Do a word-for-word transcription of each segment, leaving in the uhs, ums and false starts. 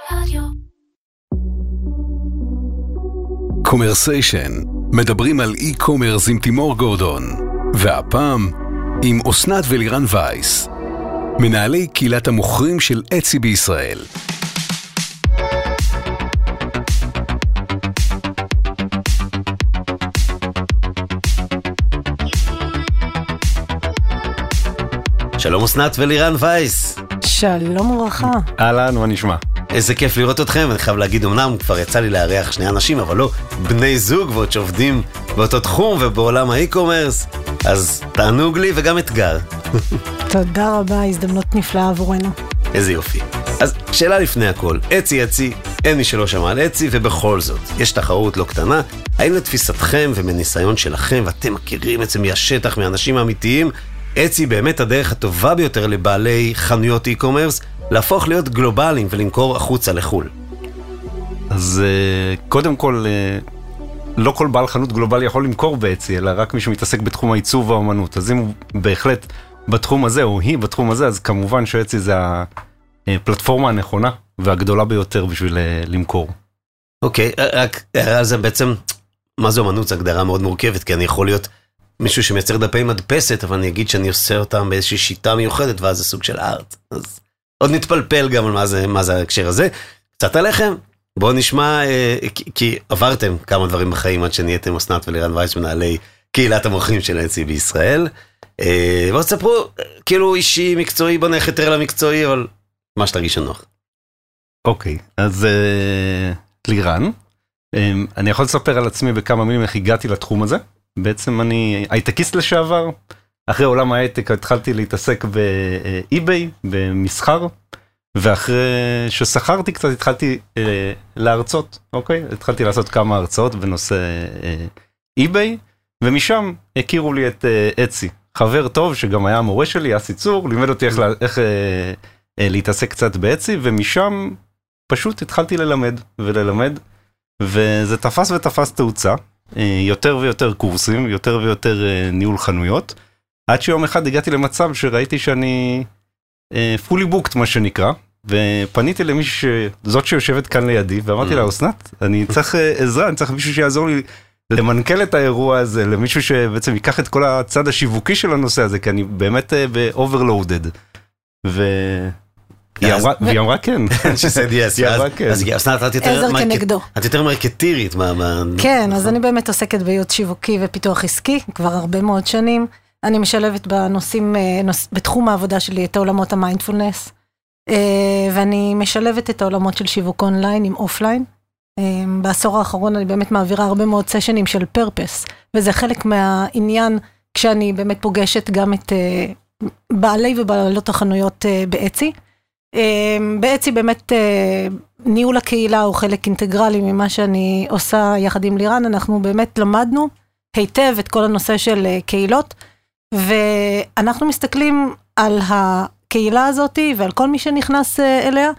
רדיו. קומרסיישן, מדברים על אי-קומרס עם תימור גורדון, והפעם עם אסנת ולירן וייס, מנהלי קהילת המוכרים של אצי בישראל. שלום אסנת ולירן וייס. שלום וברכה. אהלן, מה נשמע? איזה כיף לראות אתכם, אני חייב להגיד, אמנם כבר יצא לי לארח שני אנשים, אבל לא בני זוג ועוד שעובדים באותו תחום ובעולם האי-קומרס, אז תענוג לי וגם אתגר. תודה רבה, הזדמנות נפלאה עבורנו. איזה יופי. אז שאלה לפני הכל, אצי אצי, אין מי שלא שמע על אצי, ובכל זאת, יש תחרות לא קטנה, האם לתפיסתכם ומניסיון שלכם, ואתם מכירים את זה מהשטח, מהאנשים האמיתיים, אצי באמת הדרך הטובה ביותר לבעלי חנויות אי-קומרס, להפוך להיות גלובליים ולמכור החוצה לחול? אז קודם כל, לא כל בעל חנות גלובלי יכול למכור באצי, אלא רק מי שמתעסק בתחום העיצוב והאמנות. אז אם הוא בהחלט בתחום הזה, או היא בתחום הזה, אז כמובן שאצי זה הפלטפורמה הנכונה והגדולה ביותר בשביל למכור. אוקיי, רק הערה על זה בעצם, מה זו אמנות? זו הגדרה מאוד מורכבת, כי אני יכול להיות מישהו שמייצר דפי מדפסת, אבל אני אגיד שאני עושה אותם באיזושהי שיטה מיוחדת, ואז זה סוג של ארט. אז עוד נתפלפל גם על מה זה, מה זה ההקשר הזה. קצת עליכם, בואו נשמע, אה, כי, כי עברתם כמה דברים בחיים עד שנהייתם אסנת ולירן וייס, מנהלי קהילת המוכרים של אצי בישראל. אה, בואו תספרו, כאילו אישי, מקצועי, בוא נלך יותר למקצועי, אבל מה שתרגיש נוח. אוקיי, אז אה, לירן, אה, אני יכול לספר על עצמי בכמה מילים איך הגעתי לתחום הזה. בעצם אני הייטקיסט לשעבר, אחרי עולם ההייטק התחלתי להתעסק באי-ביי, במסחר, ואחרי ששכרתי קצת התחלתי אה, להרצות, אוקיי? התחלתי לעשות כמה הרצאות בנושא אה, אי-ביי, ומשם הכירו לי את אה, אצי, חבר טוב שגם היה המורה שלי, אסי צור, לימד אותי איך, איך אה, אה, להתעסק קצת באצי, ומשם פשוט התחלתי ללמד וללמד, וזה תפס ותפס תאוצה, יותר ויותר קורסים, יותר ויותר ניהול חנויות, עד שיום אחד הגעתי למצב שראיתי שאני fully booked מה שנקרא, ופניתי למישהו, זאת שיושבת כאן לידי, ואמרתי לה, אסנת, אני צריך עזרה, אני צריך מישהו שיעזור לי למנכ"ל את האירוע הזה, למישהו שבעצם ייקח את כל הצד השיווקי של הנושא הזה, כי אני באמת ב-overloaded. ו... והיא אמרה כן. אז אסנת, את יותר מרקטירית. כן, אז אני באמת עוסקת ביות שיווקי ופיתוח עסקי, כבר הרבה מאוד שנים. אני משלבת בנושאים, בתחום העבודה שלי את העולמות המיינדפולנס, ואני משלבת את העולמות של שיווק אונליין עם אופליין. בעשור האחרון אני באמת מעבירה הרבה מאוד סשנים של פרפס, וזה חלק מהעניין כשאני באמת פוגשת גם את בעלי ובעלות החנויות באצי. באצי באמת ניהול הקהילה הוא חלק אינטגרלי ממה שאני עושה יחד עם לירן, אנחנו באמת למדנו היטב את כל הנושא של קהילות, ואנחנו מסתכלים על הקהילה הזאת ועל כל מי שנכנס אליה,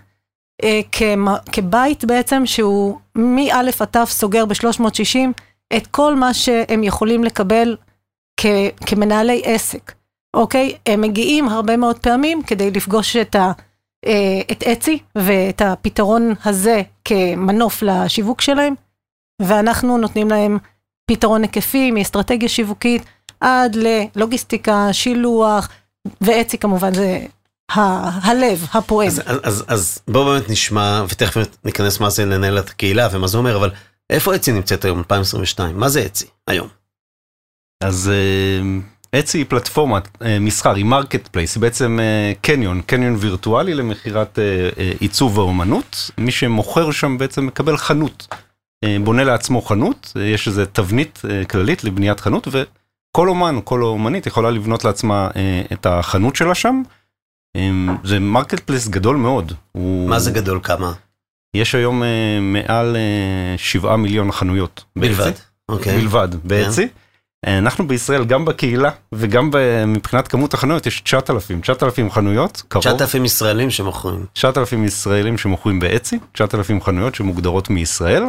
כבית בעצם שהוא מא' עד ת' סוגר ב-שלוש מאות שישים את כל מה שהם יכולים לקבל כמנהלי עסק. אוקיי? הם מגיעים הרבה מאוד פעמים כדי לפגוש את ה... את אצי ואת הפתרון הזה כמנוף לשיווק שלהם, ואנחנו נותנים להם פתרון היקפי מאסטרטגיה שיווקית עד ללוגיסטיקה, שילוח, ואצי כמובן זה ה- הלב, הפועל. אז, אז, אז בואו באמת נשמע, ותכף ניכנס מה זה לנהל את הקהילה ומה זה אומר, אבל איפה אצי נמצאת היום, אלפיים עשרים ושתיים? מה זה אצי היום? אז... אצי היא פלטפורמת מסחר, היא מרקט פלייס, היא בעצם קניון, קניון וירטואלי למחירת עיצוב ואומנות. מי שמוכר שם בעצם מקבל חנות, בונה לעצמו חנות, יש איזו תבנית כללית לבניית חנות, וכל אומן או כל אומנית יכולה לבנות לעצמה את החנות שלה שם. זה מרקט פלייס גדול מאוד. מה זה גדול? כמה? יש היום מעל שבעה מיליון חנויות. בלבד? אוקיי. בלבד, באצי. אנחנו בישראל, גם בקהילה וגם מבחינת כמות החנויות, יש תשעת אלפים, תשעת אלפים חנויות, קרוב. תשעת אלפים ישראלים שמוכרים. תשעת אלפים ישראלים שמוכרים באצי, תשעת אלפים חנויות שמוגדרות מישראל.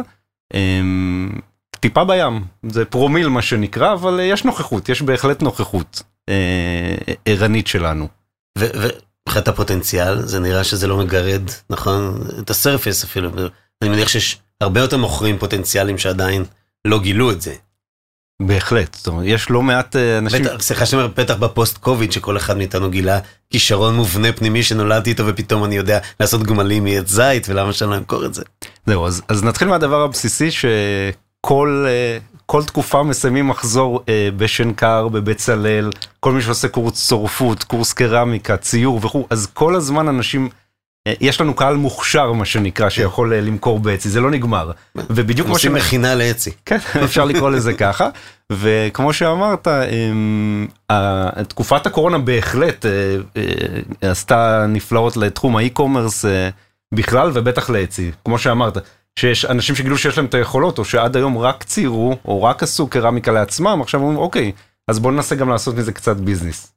טיפה בים, זה פרומיל מה שנקרא, אבל יש נוכחות, יש בהחלט נוכחות ערנית שלנו. מבחינת הפוטנציאל, זה נראה שזה לא מגרד, נכון? את הסרפס אפילו. אני מניח שיש הרבה יותר מוכרים פוטנציאלים שעדיין לא גילו את זה. בהחלט, זאת אומרת, יש לא מעט אנשים... סליחה שאומר, פתח בפוסט קוביד, שכל אחד מאיתנו גילה כישרון מובנה פנימי שנולדתי איתו, ופתאום אני יודע לעשות גמלים מעץ זית, ולמה שאני לא אמכור את זה. זהו, אז, אז נתחיל מהדבר הבסיסי, שכל כל תקופה מסיימים מחזור בשנקר, בבצלאל, כל מי שעושה קורס צורפות, קורס קרמיקה, ציור וכו', אז כל הזמן אנשים... יש לנו קהל מוכשר, מה שנקרא, שיכול למכור באצי, זה לא נגמר. ובדיוק כמו עושים מכינה לאצי. כן, אפשר לקרוא לזה ככה. וכמו שאמרת, תקופת הקורונה בהחלט עשתה נפלאות לתחום האי-קומרס בכלל, ובטח לאצי. כמו שאמרת, שיש אנשים שגילו שיש להם את היכולות, או שעד היום רק ציירו, או רק עשו קרמיקה לעצמם, עכשיו אומרים, אוקיי, אז בואו ננסה גם לעשות מזה קצת ביזנס.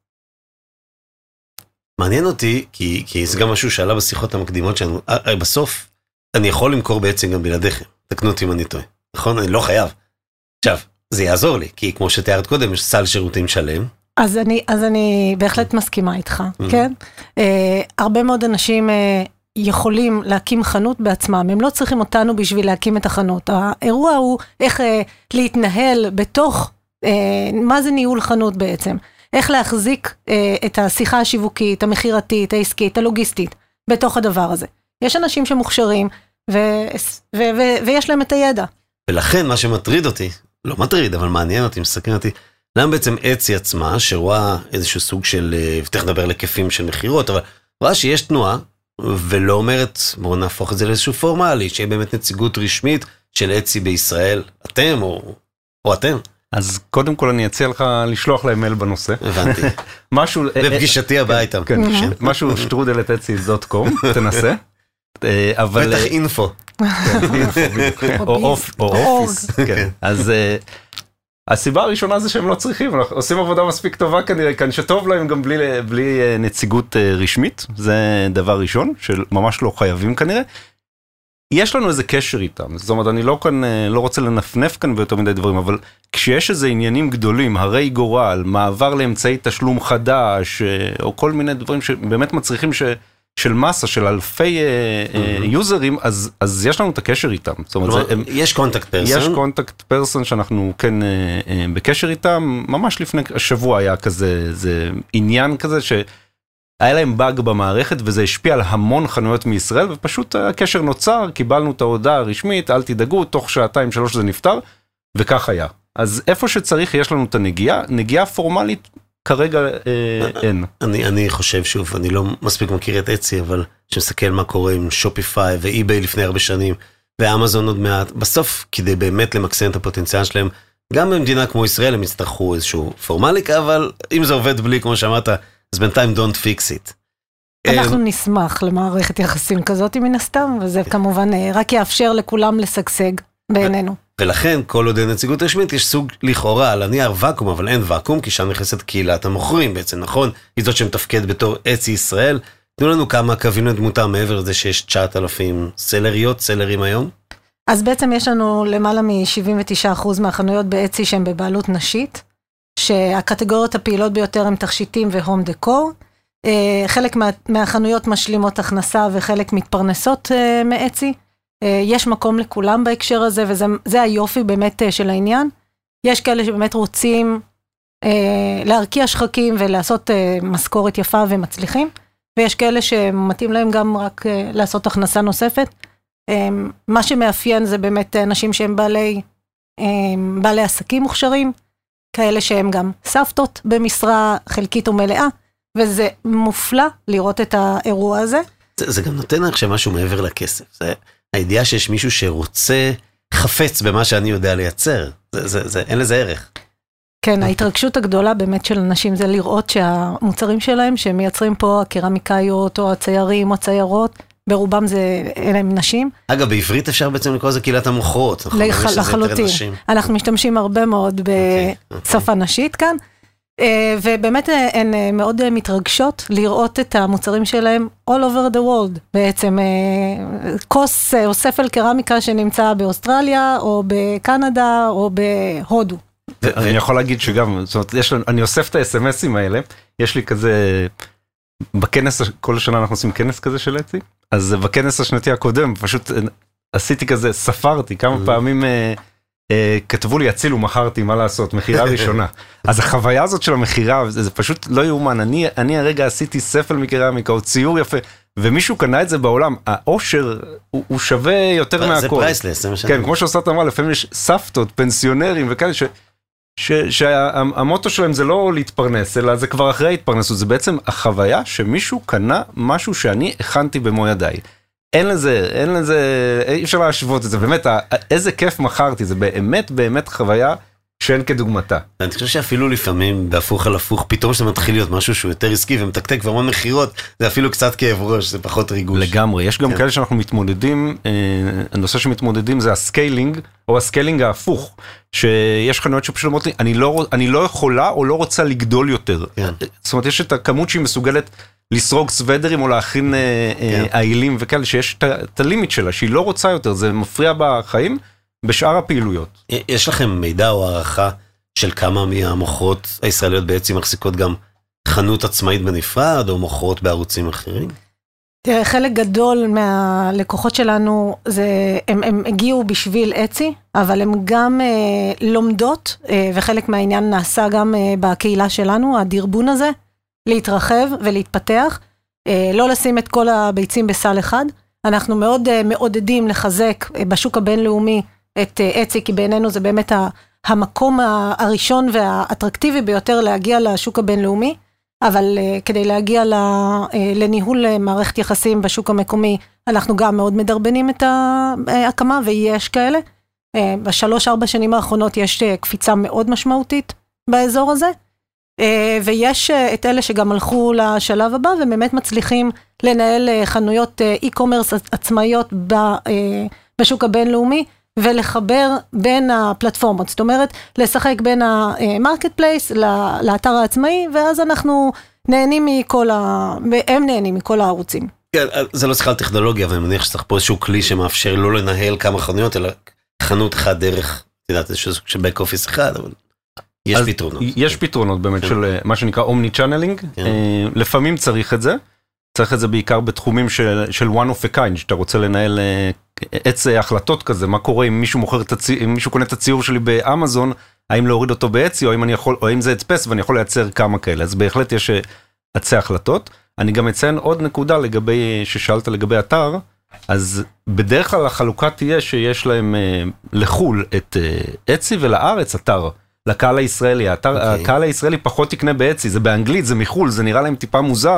מעניין אותי, כי, כי זה גם משהו שעלה בשיחות המקדימות שלנו, בסוף אני יכול למכור בעצם גם בלעדיכם, תקנו אותי אם אני טועה, נכון? אני לא חייב. עכשיו, זה יעזור לי, כי כמו שתיארת קודם, יש סל שירותים שלם. אז אני, אז אני בהחלט מסכימה איתך, Mm-hmm. כן? אה, הרבה מאוד אנשים אה, יכולים להקים חנות בעצמם, הם לא צריכים אותנו בשביל להקים את החנות. האירוע הוא איך אה, להתנהל בתוך, אה, מה זה ניהול חנות בעצם? איך להחזיק אה, את השיחה השיווקית, המחירתית, העסקית, הלוגיסטית, בתוך הדבר הזה. יש אנשים שמוכשרים, ו- ו- ו- ויש להם את הידע. ולכן מה שמטריד אותי, לא מטריד, אבל מעניין אותי, מסכן אותי, למה בעצם אצי עצמה, שרואה איזשהו סוג של, ותכף נדבר לכיפים של מחירות, אבל רואה שיש תנועה, ולא אומרת, בואו נהפוך את זה לאיזשהו פורמלי, שיהיה באמת נציגות רשמית של אצי בישראל, אתם או, או אתם. אז קודם כל אני אציע לך לשלוח להם מייל בנושא. הבנתי. משהו... בפגישתי הבאה איתם. כן, משהו שטרודל את אצי דוט קום, תנסה. בטח אינפו. או אופיס. אז הסיבה הראשונה זה שהם לא צריכים, אנחנו עושים עבודה מספיק טובה כנראה, כאן שטוב להם גם בלי נציגות רשמית, זה דבר ראשון, שממש לא חייבים כנראה. יש לנו איזה קשר איתם, זאת אומרת, אני לא כאן, לא רוצה לנפנף כאן ביותר מדי דברים, אבל כשיש איזה עניינים גדולים, הרי גורל, מעבר לאמצעי תשלום חדש, או כל מיני דברים שבאמת מצריכים ש, של מסה, של אלפי mm-hmm. יוזרים, אז, אז יש לנו את הקשר איתם. זאת אומרת, כלומר, זה, הם, יש קונטקט פרסון? יש קונטקט פרסון שאנחנו כן בקשר איתם, ממש לפני השבוע היה כזה, זה עניין כזה ש... היה להם באג במערכת, וזה השפיע על המון חנויות מישראל, ופשוט הקשר נוצר, קיבלנו את ההודעה הרשמית, אל תדאגו, תוך שעתיים שלוש זה נפטר, וכך היה. אז איפה שצריך יש לנו את הנגיעה, נגיעה פורמלית כרגע אה, אין. אני, אני חושב שוב, אני לא מספיק מכיר את אצי, אבל שמסתכל מה קורה עם שופיפיי ואי-ביי לפני הרבה שנים, ואמזון עוד מעט, בסוף כדי באמת למקסם את הפוטנציאל שלהם, גם במדינה כמו ישראל הם יצטרכו איזשהו פורמליק, אבל אם זה עובד בלי, כמו שאמרת, אז בינתיים don't fix it. אנחנו נשמח למערכת יחסים כזאת מן הסתם, וזה כמובן רק יאפשר לכולם לשגשג בעינינו. ולכן כל עוד אין נציגות רשמית יש סוג לכאורה על הנייר ואקום, אבל אין ואקום, כי שם נכנסת קהילת המוכרים בעצם, נכון? היא זאת שמתפקד בתור אצי ישראל. תנו לנו כמה קווים לדמותה מעבר לזה שיש תשעת אלפים סלריות, סלרים היום. אז בעצם יש לנו למעלה מ-שבעים ותשעה אחוז מהחנויות באצי שהן בבעלות נשית, שהקטגוריות הפעילות ביותר הן תכשיטים והום דקור. חלק מה, מהחנויות משלימות הכנסה וחלק מתפרנסות מאצי. יש מקום לכולם בהקשר הזה, וזה היופי באמת של העניין. יש כאלה שבאמת רוצים להרקיע שחקים ולעשות משכורת יפה ומצליחים, ויש כאלה שמתאים להם גם רק לעשות הכנסה נוספת. מה שמאפיין זה באמת אנשים שהם בעלי, בעלי עסקים מוכשרים, כאלה שהם גם סבתות במשרה חלקית ומלאה, וזה מופלא לראות את האירוע הזה. זה, זה גם נותן לך שמשהו מעבר לכסף. זה הידיעה שיש מישהו שרוצה חפץ במה שאני יודע לייצר. זה, זה, זה, אין לזה ערך. כן, ההתרגשות הגדולה באמת של אנשים זה לראות שהמוצרים שלהם, שהם מייצרים פה הקרמיקאיות או הציירים או הציירות, ברובם זה, אלה הם נשים. אגב, בעברית אפשר בעצם לקרוא לזה קהילת המוכרות. לחלוטין. אנחנו משתמשים הרבה מאוד בשפה נשית כאן, ובאמת הן מאוד מתרגשות לראות את המוצרים שלהם all over the world. בעצם כוס או ספל קרמיקה שנמצא באוסטרליה, או בקנדה, או בהודו. אני יכול להגיד שגם, זאת אומרת, אני אוסף את ה-אס אם אסים האלה, יש לי כזה... בכנס, כל השנה אנחנו עושים כנס כזה של אצי, אז בכנס השנתי הקודם, פשוט עשיתי כזה, ספרתי כמה פעמים, כתבו לי, הצילו, מכרתי, מה לעשות, מחירה ראשונה. אז החוויה הזאת של המחירה, זה פשוט לא יאומן, אני, אני הרגע עשיתי ספל מקרמיקה, או ציור יפה, ומישהו קנה את זה בעולם, האושר הוא, הוא שווה יותר מהכל. זה פרייסלס, זה מה שאני... כן, כמו שעושה אמרה, לפעמים יש סבתות, פנסיונרים וכאלה, ש... שהמוטו שלהם זה לא להתפרנס, אלא זה כבר אחרי התפרנסות, זה בעצם החוויה שמישהו קנה משהו שאני הכנתי במו ידיי. אין לזה, אין לזה, אי אפשר להשוות את זה, באמת, איזה כיף מכרתי, זה באמת, באמת חוויה שאין כדוגמתה. אני חושב שאפילו לפעמים, בהפוך על הפוך, פתאום שזה מתחיל להיות משהו שהוא יותר עסקי ומתקתק והמון מחירות, זה אפילו קצת כאב ראש, זה פחות ריגוש. לגמרי, יש גם כאלה שאנחנו מתמודדים, הנושא שמתמודדים זה הסקיילינג, או הסקיילינג ההפוך, שיש חנויות שפשוט אומרות לי, אני לא, אני לא יכולה או לא רוצה לגדול יותר. זאת אומרת, יש את הכמות שהיא מסוגלת לסרוג סוודרים או להכין העילים וכאלה, שיש את הלימיט שלה, שהיא לא רוצה יותר, זה מפריע בחיים, בשאר הפעילויות. יש לכם מידע או הערכה של כמה מהמוכרות הישראליות בעצם מחזיקות גם חנות עצמאית בנפרד, או מוכרות בערוצים אחרים? תראה, חלק גדול מהלקוחות שלנו, זה, הם, הם הגיעו בשביל אצי, אבל הם גם אה, לומדות, אה, וחלק מהעניין נעשה גם אה, בקהילה שלנו, הדרבון הזה, להתרחב ולהתפתח, אה, לא לשים את כל הביצים בסל אחד. אנחנו מאוד אה, מעודדים לחזק אה, בשוק הבינלאומי את אה, אצי, כי בעינינו זה באמת ה, המקום הראשון והאטרקטיבי ביותר להגיע לשוק הבינלאומי, אבל uh, כדי להגיע ל, uh, לניהול uh, מערכת יחסים בשוק המקומי, אנחנו גם מאוד מדרבנים את ההקמה, ויש כאלה. Uh, בשלוש ארבע שנים האחרונות יש uh, קפיצה מאוד משמעותית באזור הזה, uh, ויש uh, את אלה שגם הלכו לשלב הבא, ובאמת מצליחים לנהל uh, חנויות uh, e-commerce עצמאיות ב, uh, בשוק הבינלאומי, ולחבר בין הפלטפורמות, זאת אומרת, לשחק בין המרקט פלייס לאתר העצמאי, ואז אנחנו נהנים מכל ה... הם נהנים מכל הערוצים. כן, זה לא שיחה על טכנולוגיה, אבל אני מניח שצריך פה איזשהו כלי שמאפשר לא לנהל כמה חנויות, אלא חנות אחת דרך, את יודעת, איזשהו של בק אופיס אחד, אבל יש פתרונות. יש פתרונות באמת של מה שנקרא אומני צ'אנלינג, לפעמים צריך את זה, צריך את זה בעיקר בתחומים של, של one of a kind, שאתה רוצה לנהל עץ החלטות כזה, מה קורה אם מישהו מוכר את הציור, אם מישהו קונה את הציור שלי באמזון, האם להוריד אותו בעצי, או האם אני יכול, או האם זה הדפס, ואני יכול לייצר כמה כאלה, אז בהחלט יש עצי החלטות. אני גם אציין עוד נקודה לגבי, ששאלת לגבי אתר, אז בדרך כלל החלוקה תהיה שיש להם לחול את עצי ולארץ אתר, לקהל הישראלי, האתר, okay. הקהל הישראלי פחות יקנה בעצי, זה באנגלית, זה מחול, זה נראה להם טיפה מוזר,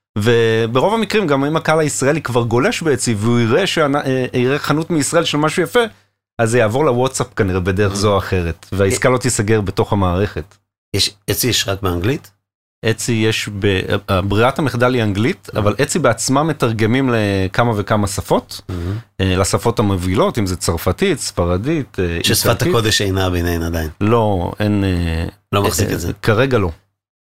וברוב המקרים גם אם הקהל הישראלי כבר גולש בעצי, והוא יראה, שיראה חנות מישראל של משהו יפה, אז זה יעבור לוואטסאפ כנראה בדרך זו או אחרת, והעסקה לא תיסגר בתוך המערכת. יש, אצי יש רק באנגלית? אצי יש, ברירת המחדל היא אנגלית, אבל אצי בעצמם מתרגמים לכמה וכמה שפות, לשפות המובילות, אם זה צרפתית, ספרדית, ששפת הקודש אינה ביניהן עדיין. לא, אין... לא מחזיק את זה. כרגע לא.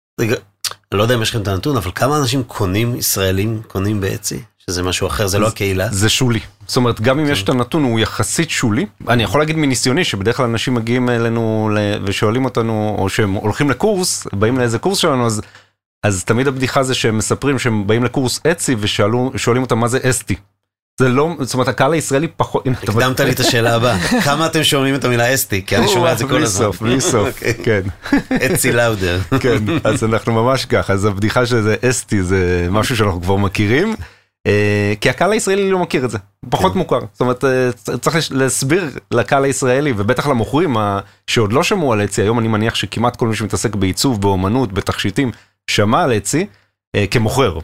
לא יודע אם יש לכם את הנתון, אבל כמה אנשים קונים, ישראלים קונים באצי? שזה משהו אחר, זה לא הקהילה? זה שולי. זאת אומרת, גם אם יש את הנתון, הוא יחסית שולי. אני יכול להגיד מניסיוני, שבדרך כלל אנשים מגיעים אלינו ושואלים אותנו, או שהם הולכים לקורס, באים לאיזה קורס שלנו, אז, אז תמיד הבדיחה זה שהם מספרים שהם באים לקורס אצי, ושואלים אותם מה זה אסטי. זה לא, זאת אומרת, הקהל הישראלי פחות... הקדמת לי את השאלה הבאה. כמה אתם שומעים את המילה אסטי? כי אני שומע את זה כל הזמן. בלי סוף, כן. אצי לאודר. כן, אז אנחנו ממש כך. אז הבדיחה שזה אסטי זה משהו שאנחנו כבר מכירים, כי הקהל הישראלי לא מכיר את זה. פחות מוכר. זאת אומרת, צריך להסביר לקהל הישראלי, ובטח למוכרים שעוד לא שמעו על אצי. היום אני מניח שכמעט כל מי שמתעסק בעיצוב, באומנות, בתכשיטים, שמע על אצי. כמוכר,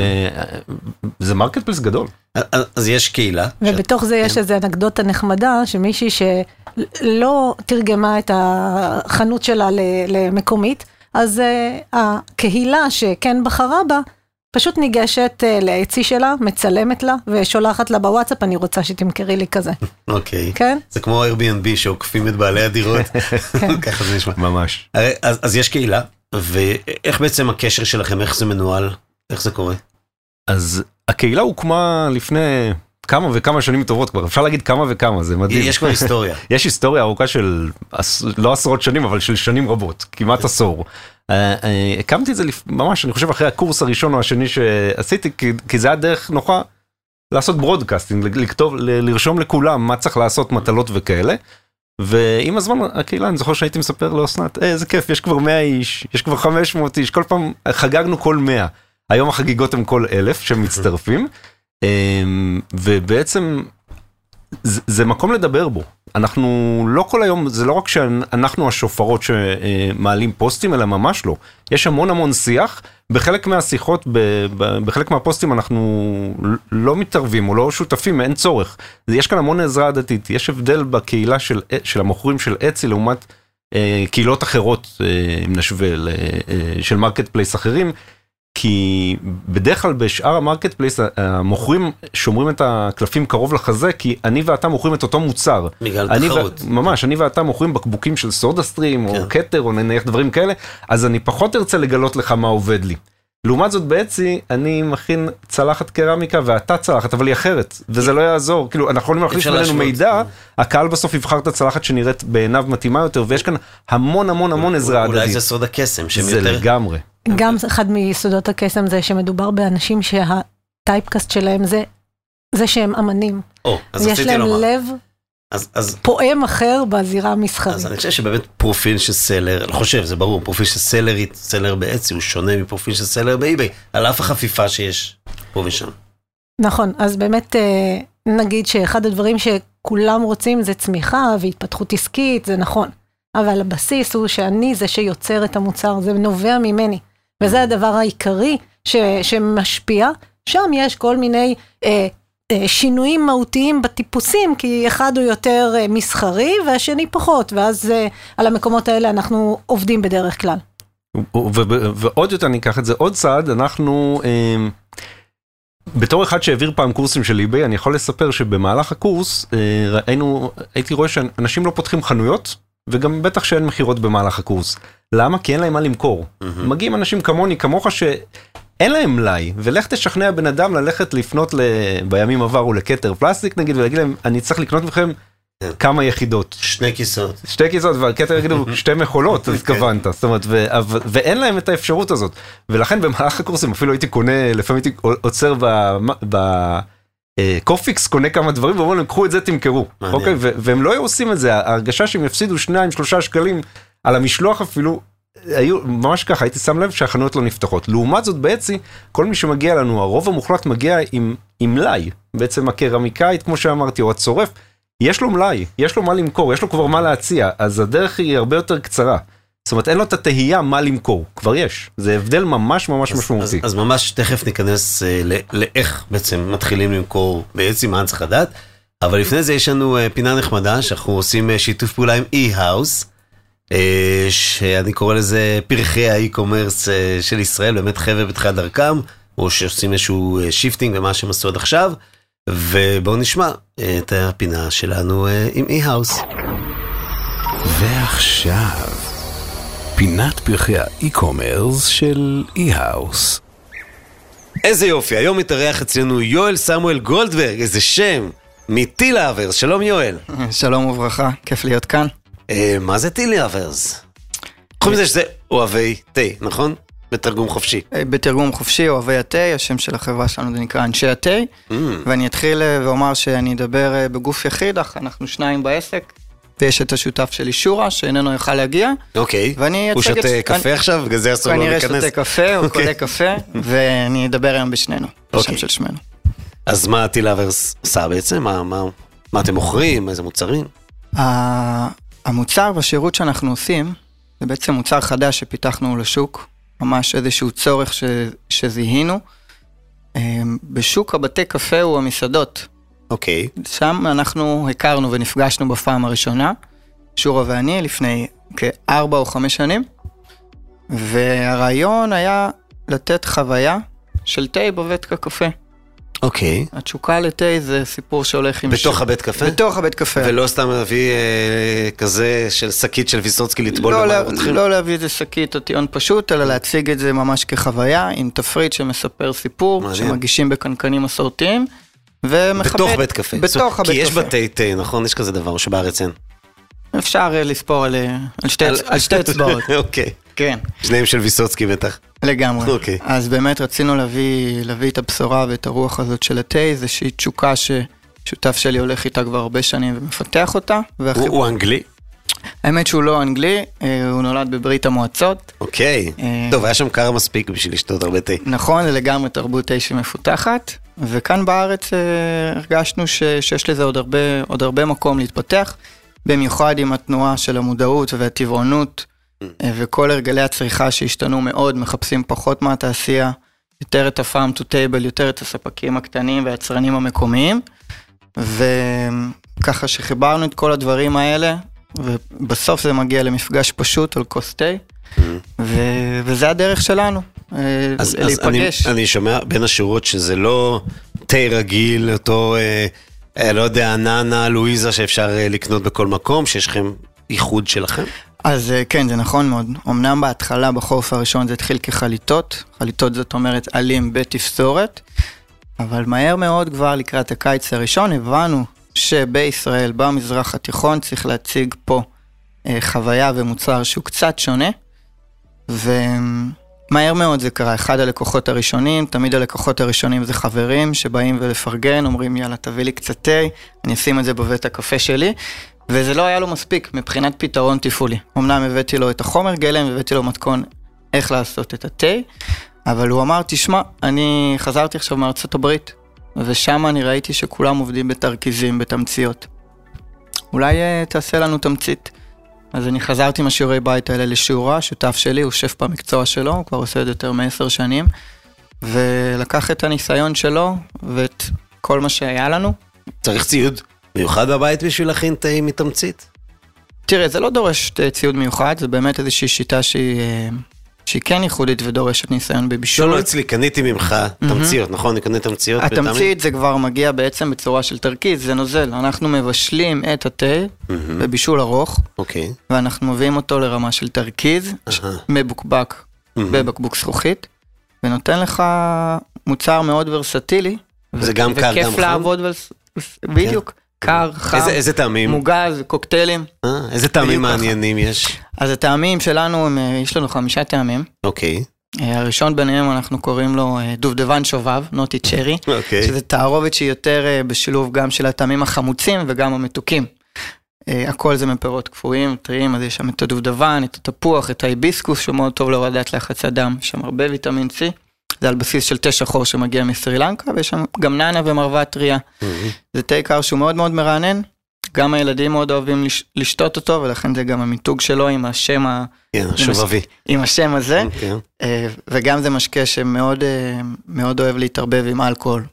וזה מרקט פלייס גדול. אז יש קהילה. ובתוך זה יש איזו אנקדוטה נחמדה, שמישהי שלא תרגמה את החנות שלה למקומית, אז הקהילה שכן בחרה בה, פשוט ניגשת לאצי שלה, מצלמת לה, ושולחת לה בוואטסאפ, אני רוצה שתמכרי לי כזה. אוקיי. כן? זה כמו אייר-בי-אן-בי שעוקפים את בעלי הדירות. ככה זה נשמע. ממש. אז יש קהילה. ואיך בעצם הקשר שלכם, איך זה מנוהל, איך זה קורה? אז הקהילה הוקמה לפני כמה וכמה שנים טובות, כבר אפשר להגיד כמה וכמה, זה מדהים. יש כבר היסטוריה. יש היסטוריה ארוכה של, לא עשרות שנים, אבל של שנים רבות, כמעט עשור. הקמתי את זה ממש, אני חושב, אחרי הקורס הראשון או השני שעשיתי, כי זה היה דרך נוחה לעשות ברודקאסטינג, לכתוב, לרשום לכולם מה צריך לעשות, מטלות וכאלה. ועם הזמן, הקהילה, אני זוכר שהייתי מספר לאסנת, אה, איזה כיף, יש כבר מאה איש, יש כבר חמש מאות איש, כל פעם חגגנו כל מאה. היום החגיגות הם כל אלף שמצטרפים, ובעצם זה, זה מקום לדבר בו. אנחנו לא כל היום, זה לא רק שאנחנו השופרות שמעלים פוסטים, אלא ממש לא. יש המון המון שיח, בחלק מהשיחות, בחלק מהפוסטים אנחנו לא מתערבים או לא שותפים, אין צורך. יש כאן המון עזרה הדתית, יש הבדל בקהילה של, של המוכרים של אצי, לעומת אה, קהילות אחרות, אה, אם נשווה, אה, של מרקט פלייס אחרים, כי בדרך כלל בשאר המרקט פלייס, המוכרים שומרים את הקלפים קרוב לחזה, כי אני ואתה מוכרים את אותו מוצר. בגלל תחרות. ממש, אני ואתה מוכרים בקבוקים של סודה סטרים, או קטר, או נניח דברים כאלה, אז אני פחות ארצה לגלות לך מה עובד לי. לעומת זאת בעצי, אני מכין צלחת קרמיקה, ואתה צלחת, אבל היא אחרת, וזה לא יעזור. כאילו, אנחנו יכולים להכניס בינינו מידע, הקהל בסוף יבחר את הצלחת שנראית בעיניו מתאימה יותר, ויש כאן המון המון המון עזרה הדדית. אולי זה סוד הקסם, זה לגמרי. גם אחד מיסודות הקסם זה שמדובר באנשים שהטייפקאסט שלהם זה, זה שהם אמנים. או, אז יש להם לב אז, אז, פועם אחר בזירה המסחרית. אז אני חושב שבאמת פרופיל של סלר, אני חושב, זה ברור, פרופיל של סלרית, סלר באצי, הוא שונה מפרופיל של סלר באיביי, על אף החפיפה שיש פה ושם. נכון, אז באמת נגיד שאחד הדברים שכולם רוצים זה צמיחה והתפתחות עסקית, זה נכון. אבל הבסיס הוא שאני זה שיוצר את המוצר, זה נובע ממני. וזה הדבר העיקרי ש, שמשפיע. שם יש כל מיני אה, אה, שינויים מהותיים בטיפוסים, כי אחד הוא יותר אה, מסחרי והשני פחות, ואז אה, על המקומות האלה אנחנו עובדים בדרך כלל. ו- ו- ועוד יותר ניקח את זה עוד צעד, אנחנו... אה, בתור אחד שהעביר פעם קורסים של איביי, אני יכול לספר שבמהלך הקורס, אה, ראינו, הייתי רואה שאנשים לא פותחים חנויות, וגם בטח שאין מחירות במהלך הקורס. למה? כי אין להם מה למכור. Mm-hmm. מגיעים אנשים כמוני, כמוך, שאין להם מלאי, ולך תשכנע בן אדם ללכת לפנות ל... בימים עברו לקטר פלסטיק, נגיד, ולהגיד להם, אני צריך לקנות מכם כמה יחידות. שני כיסאות. שתי כיסאות, והקטר יגידו, שתי מכולות, אז כוונת. זאת אומרת, ו... ואין להם את האפשרות הזאת. ולכן במהלך הקורסים, אפילו הייתי קונה, לפעמים הייתי עוצר ב... ב... קופיקס קונה כמה דברים, ואומרים להם, קחו את זה, תמכרו. אוקיי? והם לא עושים את זה. ההרגשה שהם יפסידו שניים, שלושה שקלים על המשלוח אפילו, היו ממש ככה, הייתי שם לב שהחנויות לא נפתחות. לעומת זאת בעצם, כל מי שמגיע לנו, הרוב המוחלט מגיע עם, עם מלאי. בעצם הקרמיקאית, כמו שאמרתי, או הצורף, יש לו מלאי, יש לו מה למכור, יש לו כבר מה להציע, אז הדרך היא הרבה יותר קצרה. זאת אומרת, אין לו את התהייה מה למכור, כבר יש. זה הבדל ממש ממש אז, משמעותי. אז, אז ממש תכף ניכנס אה, לא, לאיך בעצם מתחילים למכור בעצם מה צריך לדעת, אבל לפני זה יש לנו אה, פינה נחמדה, שאנחנו עושים אה, שיתוף פעולה עם אי-האוס, אה, שאני קורא לזה פרחי האי-קומרס אה, של ישראל, באמת חבר'ה בתחילת דרכם, או שעושים איזשהו אה, שיפטינג במה שהם עשו עד עכשיו, ובואו נשמע אה, את הפינה שלנו אה, עם אי-האוס. ועכשיו... פינת פרחי האי-קומרס של אי-האוס. איזה יופי, היום מתארח אצלנו יואל סמואל גולדברג, איזה שם, מטיל אברס. שלום יואל. שלום וברכה, כיף להיות כאן. אה, מה זה טיל אברס? חוץ מזה שזה אוהבי תה, נכון? בתרגום חופשי. בתרגום חופשי, אוהבי התה, השם של החברה שלנו זה נקרא אנשי התה, mm. ואני אתחיל ואומר שאני אדבר בגוף יחיד, אך אנחנו שניים בעסק, ויש את השותף שלי שורה, שאיננו יוכל להגיע. אוקיי, הוא שותה קפה עכשיו, בגלל זה אסור לו להיכנס. כנראה שותה קפה, הוא קולה קפה, ואני אדבר היום בשנינו, בשם של שמנו. אז מה טיל אברס עשה בעצם? מה אתם מוכרים? איזה מוצרים? המוצר והשירות שאנחנו עושים, זה בעצם מוצר חדש שפיתחנו לשוק, ממש איזשהו צורך שזיהינו. בשוק הבתי קפה הוא המסעדות. אוקיי. שם אנחנו הכרנו ונפגשנו בפעם הראשונה, שורה ואני, לפני כארבע או חמש שנים, והרעיון היה לתת חוויה של תה בבית קפה. אוקיי. התשוקה לתה זה סיפור שהולך עם... בתוך ש... הבית קפה? בתוך הבית קפה. ולא סתם להביא אה, כזה של שקית של ויסוצקי לטבול לא, במים לא, לא להביא איזה שקית או טיעון פשוט, אלא להציג את זה ממש כחוויה, עם תפריט שמספר סיפור, מעניין. שמגישים בקנקנים מסורתיים, ומכבד... בתוך בית קפה. בתוך הבית קפה. כי יש בתי תה, נכון? יש כזה דבר שבארץ אין. אפשר לספור על, על, שתי, על שתי אצבעות. אוקיי. כן. שניהם של ויסוצקי בטח. לגמרי. אוקיי. אז באמת רצינו להביא, להביא את הבשורה ואת הרוח הזאת של התה, איזושהי תשוקה ששותף שלי הולך איתה כבר הרבה שנים ומפתח אותה. הוא, הוא אנגלי? האמת שהוא לא אנגלי, הוא נולד בברית המועצות. אוקיי. טוב, היה שם קר מספיק בשביל לשתות הרבה תה. נכון, זה לגמרי תרבות תה שמפותחת, וכאן בארץ הרגשנו שיש לזה עוד הרבה, עוד הרבה מקום להתפתח, במיוחד עם התנועה של המודעות והטבעונות, וכל הרגלי הצריכה שהשתנו מאוד, מחפשים פחות מהתעשייה, יותר את הפארם טו טייבל, יותר את הספקים הקטנים והיצרנים המקומיים, וככה שחיברנו את כל הדברים האלה, ובסוף זה מגיע למפגש פשוט על כוס תה, וזה הדרך שלנו, להיפגש. אני שומע בין השורות שזה לא תה רגיל, אותו, לא יודע, ננה, לואיזה שאפשר לקנות בכל מקום, שיש לכם ייחוד שלכם? אז כן, זה נכון מאוד. אמנם בהתחלה, בחורף הראשון, זה התחיל כחליטות. חליטות זאת אומרת עלים בתפזורת, אבל מהר מאוד כבר לקראת הקיץ הראשון הבנו שבישראל, במזרח התיכון, צריך להציג פה אה, חוויה ומוצר שהוא קצת שונה, ומהר מאוד זה קרה. אחד הלקוחות הראשונים, תמיד הלקוחות הראשונים זה חברים שבאים ולפרגן, אומרים יאללה תביא לי קצת תה, אני אשים את זה בבית הקפה שלי, וזה לא היה לו מספיק מבחינת פתרון תפעולי. אמנם הבאתי לו את החומר גלם, הבאתי לו מתכון איך לעשות את התה, אבל הוא אמר, תשמע, אני חזרתי עכשיו מארצות הברית, ושם אני ראיתי שכולם עובדים בתרכיזים, בתמציות. אולי uh, תעשה לנו תמצית. אז אני חזרתי עם השיעורי בית האלה לשיעורה, שותף שלי, הוא שף במקצוע שלו, הוא כבר עושה את יותר מעשר שנים, ולקח את הניסיון שלו, ואת כל מה שהיה לנו. צריך ציוד מיוחד בבית בשביל להכין תה מתמצית? תראה, זה לא דורש ציוד מיוחד, זה באמת איזושהי שיטה שהיא... שהיא כן ייחודית ודורשת ניסיון בבישול. לא, לא, אצלי, קניתי ממך תמציות, נכון? אני קנה תמציות. התמצית זה כבר מגיע בעצם בצורה של תרכיז, זה נוזל. אנחנו מבשלים את התה בבישול ארוך, ואנחנו מביאים אותו לרמה של תרכיז, מבוקבק בבקבוק זכוכית, ונותן לך מוצר מאוד ורסטילי. זה גם קר, גם וכיף לעבוד, בדיוק. קר, חם, איזה טעמים? מוגז, קוקטיילים. איזה טעמים מעניינים יש? אז הטעמים שלנו, יש לנו חמישה טעמים. אוקיי. הראשון ביניהם אנחנו קוראים לו דובדבן שובב, נוטי צ'רי, שזה תערובת שהיא יותר בשילוב גם של הטעמים החמוצים וגם המתוקים. הכל זה מפירות קפואים, טריים, אז יש שם את הדובדבן, את התפוח, את ההיביסקוס, שהוא מאוד טוב להורדת לחץ הדם, יש שם הרבה ויטמין C. זה על בסיס של תה שחור שמגיע מסרילנקה, ויש שם גם ננה ומרווה טריה. זה תה קר שהוא מאוד מאוד מרענן, גם הילדים מאוד אוהבים לשתות אותו, ולכן זה גם המיתוג שלו עם השם ה... שובבי. עם השם הזה, וגם זה משקה שמאוד מאוד אוהב להתערבב עם אלכוהול.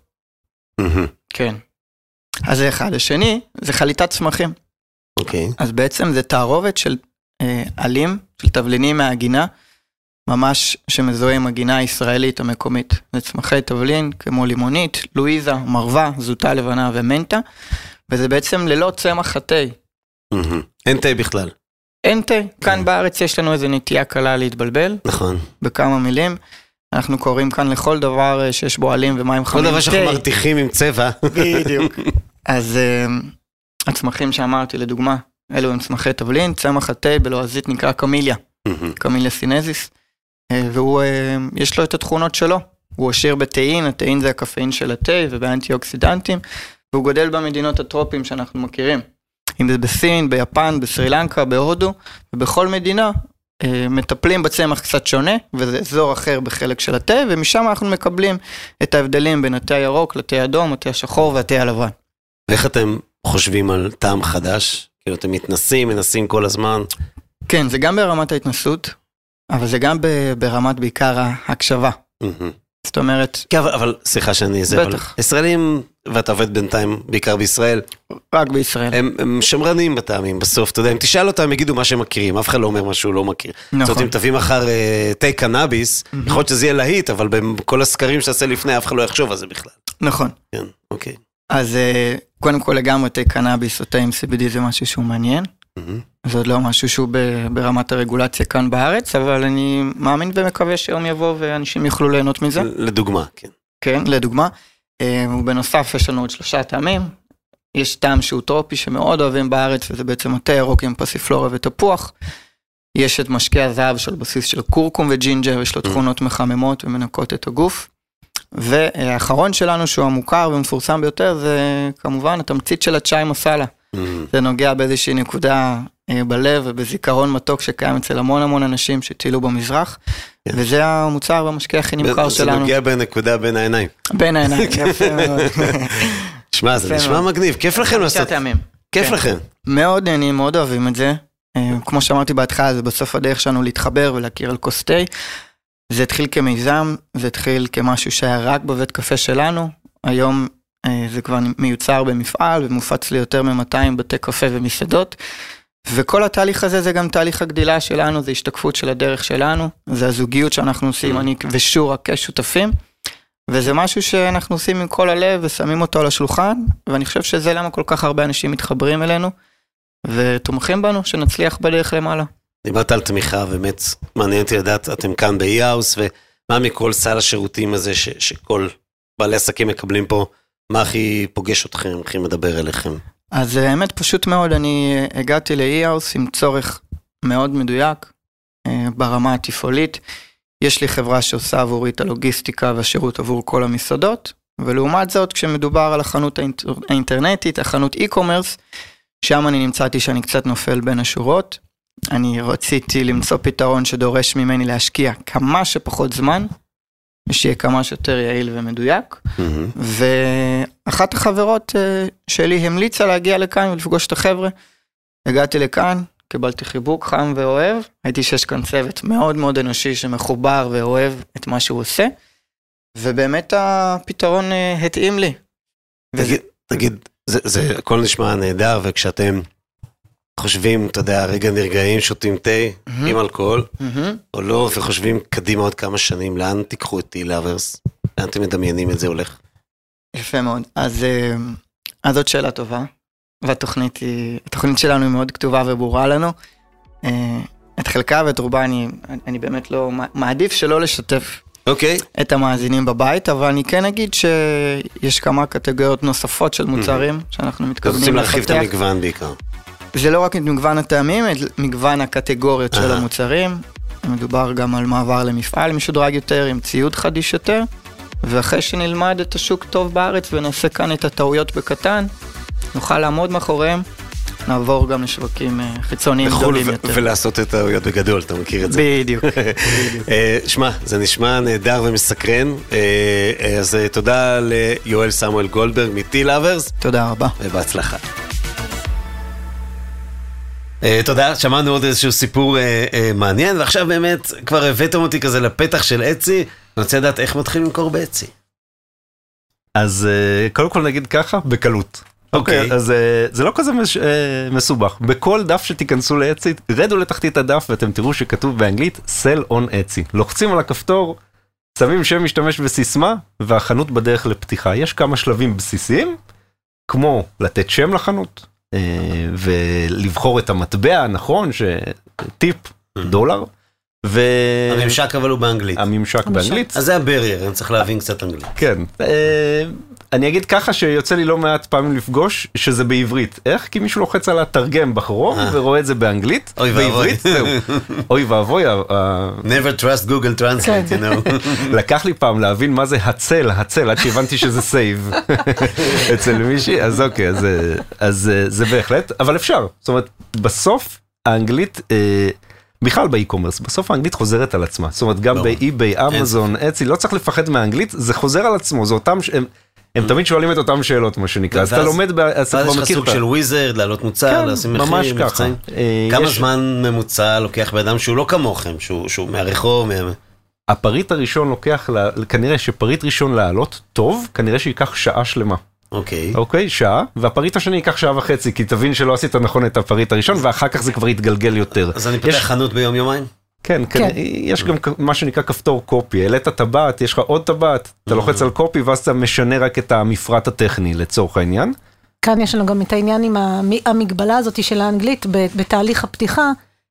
כן. אז זה אחד. השני, זה חליטת צמחים. אז בעצם זה תערובת של עלים, של תבלינים מהגינה, ממש שמזוהה עם הגינה הישראלית המקומית. זה צמחי תבלין כמו לימונית, לואיזה, מרווה, זוטה לבנה ומנטה, וזה בעצם ללא צמח התה. אין תה בכלל. אין תה. כאן בארץ יש לנו איזו נטייה קלה להתבלבל. נכון. בכמה מילים. אנחנו קוראים כאן לכל דבר שיש בו עלים ומים חמים. כל דבר שאנחנו מרתיחים עם צבע. בדיוק. אז הצמחים שאמרתי לדוגמה, אלו הם צמחי תבלין, צמח התה בלועזית נקרא קמיליה. קמיליה סינזיס. והוא, יש לו את התכונות שלו, הוא עשיר בטאין, הטאין זה הקפאין של התה ובאנטי-אוקסידנטים, והוא גודל במדינות הטרופים שאנחנו מכירים, אם זה בסין, ביפן, בסרילנקה, בהודו, ובכל מדינה מטפלים בצמח קצת שונה, וזה אזור אחר בחלק של התה, ומשם אנחנו מקבלים את ההבדלים בין התה הירוק לתה האדום, התה השחור והתה הלבן. ואיך אתם חושבים על טעם חדש? כאילו אתם מתנסים, מנסים כל הזמן? כן, זה גם ברמת ההתנסות, אבל זה גם ברמת בעיקר ההקשבה. זאת אומרת... כן, אבל סליחה שאני... בטח. ישראלים, ואתה עובד בינתיים בעיקר בישראל. רק בישראל. הם שמרנים בטעמים בסוף, אתה יודע, אם תשאל אותם, הם יגידו מה שהם מכירים, אף אחד לא אומר מה שהוא לא מכיר. נכון. זאת אומרת, אם תביא מחר תה קנאביס, יכול להיות שזה יהיה להיט, אבל בכל הסקרים שעשה לפני, אף אחד לא יחשוב על זה בכלל. נכון. כן, אוקיי. אז קודם כל לגמרי תה קנאביס או תה עם סי בי די זה משהו שהוא מעניין. זה עוד לא משהו שהוא ברמת הרגולציה כאן בארץ, אבל אני מאמין ומקווה שיום יבוא ואנשים יוכלו ליהנות מזה. לדוגמה, כן. כן, לדוגמה. ובנוסף יש לנו עוד שלושה טעמים, יש טעם שהוא טרופי שמאוד אוהבים בארץ, וזה בעצם התה ירוק עם פסיפלורה ותפוח, יש את משקי הזהב של בסיס של קורקום וג'ינג'ר, יש לו תכונות מחממות ומנקות את הגוף, והאחרון שלנו שהוא המוכר ומפורסם ביותר, זה כמובן התמצית של הצ'אי מסאלה, זה נוגע באיזושהי נקודה בלב ובזיכרון מתוק שקיים אצל המון המון אנשים שטילו במזרח, וזה המוצר והמשקה הכי נמכר שלנו. זה נוגע בנקודה בין העיניים. בין העיניים, יפה מאוד. שמע, זה נשמע מגניב, כיף לכם לעשות. כיף לכם. מאוד נהנים, מאוד אוהבים את זה. כמו שאמרתי בהתחלה, זה בסוף הדרך שלנו להתחבר ולהכיר על כוס תה. זה התחיל כמיזם, זה התחיל כמשהו שהיה רק בבית קפה שלנו. היום זה כבר מיוצר במפעל ומופץ ליותר מ-מאתיים בתי קפה ומסעדות. וכל התהליך הזה זה גם תהליך הגדילה שלנו, זה השתקפות של הדרך שלנו, זה הזוגיות שאנחנו עושים, אני ושורה כשותפים, וזה משהו שאנחנו עושים עם כל הלב ושמים אותו על השולחן, ואני חושב שזה למה כל כך הרבה אנשים מתחברים אלינו, ותומכים בנו שנצליח בדרך למעלה. דיברת על תמיכה, באמת מעניין אותי לדעת, אתם כאן ב-E-House, ומה מכל סל השירותים הזה ש- שכל בעלי עסקים מקבלים פה, מה הכי פוגש אתכם, הכי מדבר אליכם? אז האמת פשוט מאוד, אני הגעתי ל-E-House עם צורך מאוד מדויק, ברמה התפעולית, יש לי חברה שעושה עבורי את הלוגיסטיקה והשירות עבור כל המסעדות, ולעומת זאת כשמדובר על החנות האינטרנטית, החנות e-commerce, שם אני נמצאתי שאני קצת נופל בין השורות, אני רציתי למצוא פתרון שדורש ממני להשקיע כמה שפחות זמן, ושיהיה כמה שיותר יעיל ומדויק, ואחת החברות שלי המליצה להגיע לכאן ולפגוש את החבר'ה, הגעתי לכאן, קיבלתי חיבוק חם ואוהב, הייתי שיש כאן צוות מאוד מאוד אנושי שמחובר ואוהב את מה שהוא עושה, ובאמת הפתרון התאים לי. תגיד, תגיד, זה הכל נשמע נהדר, וכשאתם חושבים, אתה יודע, רגע נרגעים, שותים תה, עם אלכוהול, או לא, וחושבים קדימה עוד כמה שנים, לאן תיקחו את E-Lovers? לאן אתם מדמיינים את זה הולך? יפה מאוד. אז, אז זאת שאלה טובה, והתוכנית היא, התוכנית שלנו היא מאוד כתובה וברורה לנו. את חלקה ואת רובה אני, אני באמת לא, מעדיף שלא לשתף אוקיי. את המאזינים בבית, אבל אני כן אגיד שיש כמה קטגוריות נוספות של מוצרים שאנחנו מתכוונים רוצים להרחיב את המגוון בעיקר. זה לא רק את מגוון הטעמים, את מגוון הקטגוריות של המוצרים, מדובר גם על מעבר למפעל משודרג יותר, עם ציוד חדיש יותר, ואחרי שנלמד את השוק טוב בארץ ונעשה כאן את הטעויות בקטן, נוכל לעמוד מאחוריהם, נעבור גם לשווקים חיצוניים גדולים יותר. ולעשות את הטעויות בגדול, אתה מכיר את זה? בדיוק. שמע, זה נשמע נהדר ומסקרן, אז תודה ליואל סמואל גולדברג מ-E-Lovers. תודה רבה. ובהצלחה. תודה, שמענו עוד איזשהו סיפור מעניין, ועכשיו באמת כבר הבאתם אותי כזה לפתח של אצי, אני רוצה לדעת איך מתחילים למכור באצי. אז קודם כל נגיד ככה, בקלות. אוקיי. אז זה לא כזה מסובך. בכל דף שתיכנסו לאצי, רדו לתחתית הדף ואתם תראו שכתוב באנגלית Sell on אצי. לוחצים על הכפתור, שמים שם משתמש בסיסמה, והחנות בדרך לפתיחה. יש כמה שלבים בסיסיים, כמו לתת שם לחנות, ולבחור את המטבע הנכון, שטיפ, דולר, הממשק אבל הוא באנגלית. הממשק באנגלית. אז זה הברייר, אני צריך להבין קצת אנגלית. כן. אני אגיד ככה שיוצא לי לא מעט פעמים לפגוש שזה בעברית. איך? כי מישהו לוחץ על התרגם בחרום ורואה את זה באנגלית. אוי ואבוי. אוי ואבוי. Never trust Google Translate, you know. לקח לי פעם להבין מה זה הצל, הצל, עד שהבנתי שזה סייב אצל מישהי. אז אוקיי, אז זה בהחלט, אבל אפשר. זאת אומרת, בסוף האנגלית... בכלל באי-קומרס, בסוף האנגלית חוזרת על עצמה, זאת אומרת גם באי-ביי, אמזון, אצי, לא צריך לפחד מהאנגלית, זה חוזר על עצמו, זה אותם, הם תמיד שואלים את אותם שאלות, מה שנקרא, אז אתה לומד, אז אתה כבר מכיר. סוג של וויזרד, לעלות מוצר, לשים מחיר, מבצעים. כמה זמן ממוצע לוקח באדם שהוא לא כמוכם, שהוא מהרחוב, הפריט הראשון לוקח, כנראה שפריט ראשון לעלות טוב, כנראה שיקח שעה שלמה. אוקיי. אוקיי, שעה, והפריט השני ייקח שעה וחצי, כי תבין שלא עשית נכון את הפריט הראשון, ואחר כך זה כבר יתגלגל יותר. אז אני פותח חנות ביום יומיים? כן, כן, יש גם מה שנקרא כפתור קופי, העלית טבעת, יש לך עוד טבעת, אתה לוחץ על קופי, ואז אתה משנה רק את המפרט הטכני לצורך העניין. כאן יש לנו גם את העניין עם המגבלה הזאת של האנגלית, בתהליך הפתיחה,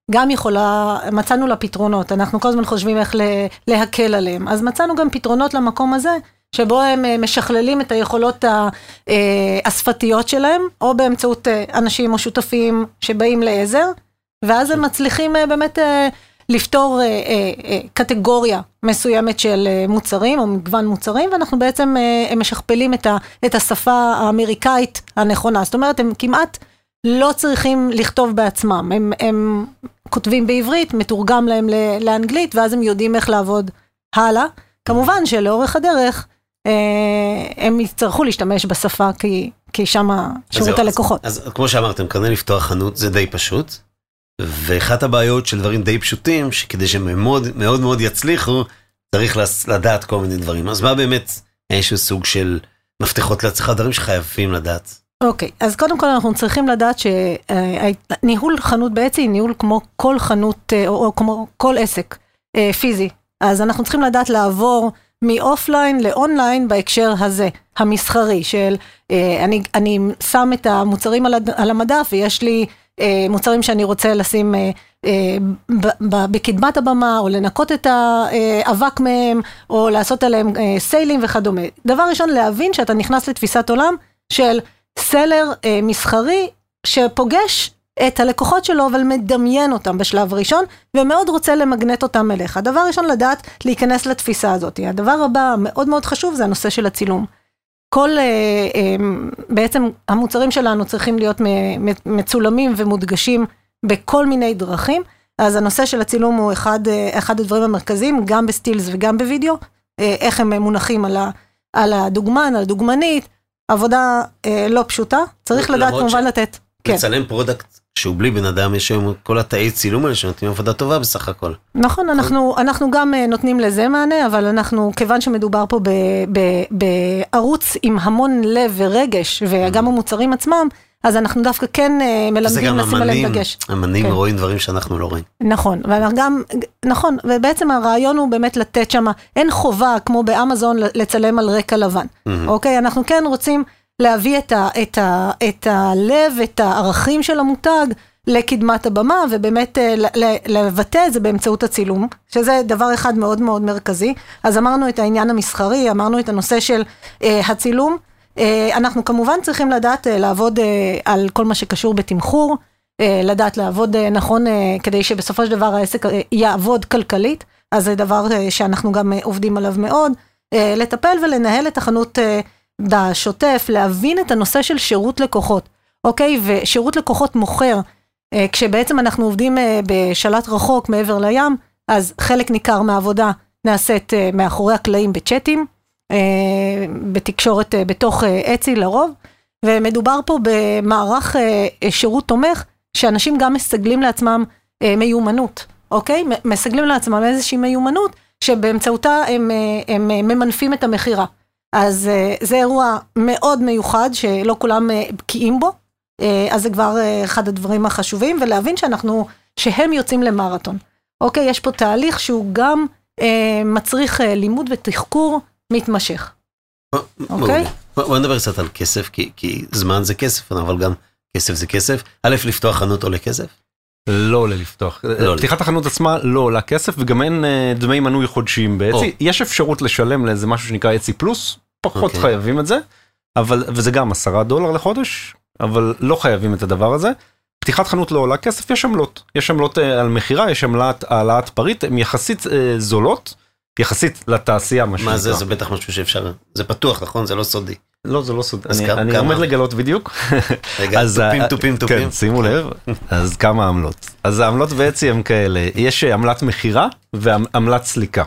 גם יכולה, מצאנו לה פתרונות, אנחנו כל הזמן חושבים איך להקל עליהם, אז מצאנו גם פתרונות למקום הזה, שבו הם משכללים את היכולות השפתיות שלהם, או באמצעות אנשים או שותפים שבאים לעזר, ואז הם מצליחים באמת לפתור קטגוריה מסוימת של מוצרים, או מגוון מוצרים, ואנחנו בעצם משכפלים את השפה האמריקאית הנכונה, זאת אומרת, הם כמעט לא צריכים לכתוב בעצמם, הם, הם כותבים בעברית, מתורגם להם לאנגלית, ואז הם יודעים איך לעבוד הלאה. כמובן שלאורך הדרך, הם יצטרכו להשתמש בשפה, כי, כי שם שירות הלקוחות. אז, אז כמו שאמרתם, כנראה לפתוח חנות זה די פשוט, ואחת הבעיות של דברים די פשוטים, שכדי שהם מאוד מאוד, מאוד יצליחו, צריך לדעת כל מיני דברים. אז מה באמת איזשהו סוג של מפתחות להצליחה, דברים שחייבים לדעת? אוקיי, אז קודם כל אנחנו צריכים לדעת שניהול חנות בעצם היא ניהול כמו כל חנות, או כמו כל עסק פיזי. אז אנחנו צריכים לדעת לעבור מאופליין לאונליין בהקשר הזה, המסחרי, של אני, אני שם את המוצרים על המדף, ויש לי מוצרים שאני רוצה לשים בקדמת הבמה, או לנקות את האבק מהם, או לעשות עליהם סיילים וכדומה. דבר ראשון, להבין שאתה נכנס לתפיסת עולם של סלר אה, מסחרי שפוגש את הלקוחות שלו, אבל מדמיין אותם בשלב ראשון, ומאוד רוצה למגנט אותם אליך. הדבר ראשון לדעת להיכנס לתפיסה הזאת. הדבר הבא מאוד מאוד חשוב זה הנושא של הצילום. כל, אה, אה, בעצם המוצרים שלנו צריכים להיות מצולמים ומודגשים בכל מיני דרכים, אז הנושא של הצילום הוא אחד, אחד הדברים המרכזיים, גם בסטילס וגם בווידאו, אה, איך הם מונחים על, ה, על הדוגמן, על הדוגמנית, עבודה אה, לא פשוטה, צריך לדעת כמובן לתת. לצלם כן. פרודקט שהוא בלי בן אדם, יש היום כל התאי צילום האלה שנותנים עבודה טובה בסך הכל. נכון, אנחנו, אנחנו גם אה, נותנים לזה מענה, אבל אנחנו, כיוון שמדובר פה ב, ב, בערוץ עם המון לב ורגש, וגם המוצרים עצמם, אז אנחנו דווקא כן אה, מלמדים לשים עליהם דגש. אמנים כן. רואים דברים שאנחנו לא רואים. נכון, וגם, נכון, ובעצם הרעיון הוא באמת לתת שם, אין חובה כמו באמזון לצלם על רקע לבן. Mm-hmm. אוקיי, אנחנו כן רוצים להביא את, ה, את, ה, את הלב, את הערכים של המותג לקדמת הבמה, ובאמת לבטא את זה באמצעות הצילום, שזה דבר אחד מאוד מאוד מרכזי. אז אמרנו את העניין המסחרי, אמרנו את הנושא של אה, הצילום, אנחנו כמובן צריכים לדעת לעבוד על כל מה שקשור בתמחור, לדעת לעבוד נכון כדי שבסופו של דבר העסק יעבוד כלכלית, אז זה דבר שאנחנו גם עובדים עליו מאוד, לטפל ולנהל את החנות בשוטף, להבין את הנושא של שירות לקוחות, אוקיי? ושירות לקוחות מוכר, כשבעצם אנחנו עובדים בשלט רחוק מעבר לים, אז חלק ניכר מהעבודה נעשית מאחורי הקלעים בצ'אטים, בתקשורת בתוך אצי לרוב, ומדובר פה במערך שירות תומך, שאנשים גם מסגלים לעצמם מיומנות, אוקיי? מסגלים לעצמם איזושהי מיומנות, שבאמצעותה הם, הם ממנפים את המחירה. אז זה אירוע מאוד מיוחד, שלא כולם בקיאים בו, אז זה כבר אחד הדברים החשובים, ולהבין שאנחנו, שהם יוצאים למרתון. אוקיי, יש פה תהליך שהוא גם מצריך לימוד ותחקור, מתמשך. אוקיי? בוא נדבר קצת על כסף, כי זמן זה כסף, אבל גם כסף זה כסף. א', לפתוח חנות עולה כסף? לא עולה לפתוח. פתיחת החנות עצמה לא עולה כסף, וגם אין דמי מנוי חודשיים באצי. יש אפשרות לשלם לאיזה משהו שנקרא אצי פלוס, פחות חייבים את זה, וזה גם עשרה דולר לחודש, אבל לא חייבים את הדבר הזה. פתיחת חנות לא עולה כסף, יש עמלות. יש עמלות על מחירה, יש עמלת העלאת פריט, הן יחסית זולות, יחסית לתעשייה. מה זה? זה בטח משהו שאפשר, זה פתוח, נכון? זה לא סודי. לא, זה לא סודי. אני עומד לגלות בדיוק. רגע, טופים, טופים, טופים. כן, שימו לב. אז כמה עמלות. אז העמלות בעצם הם כאלה, יש עמלת מחירה ועמלת סליקה.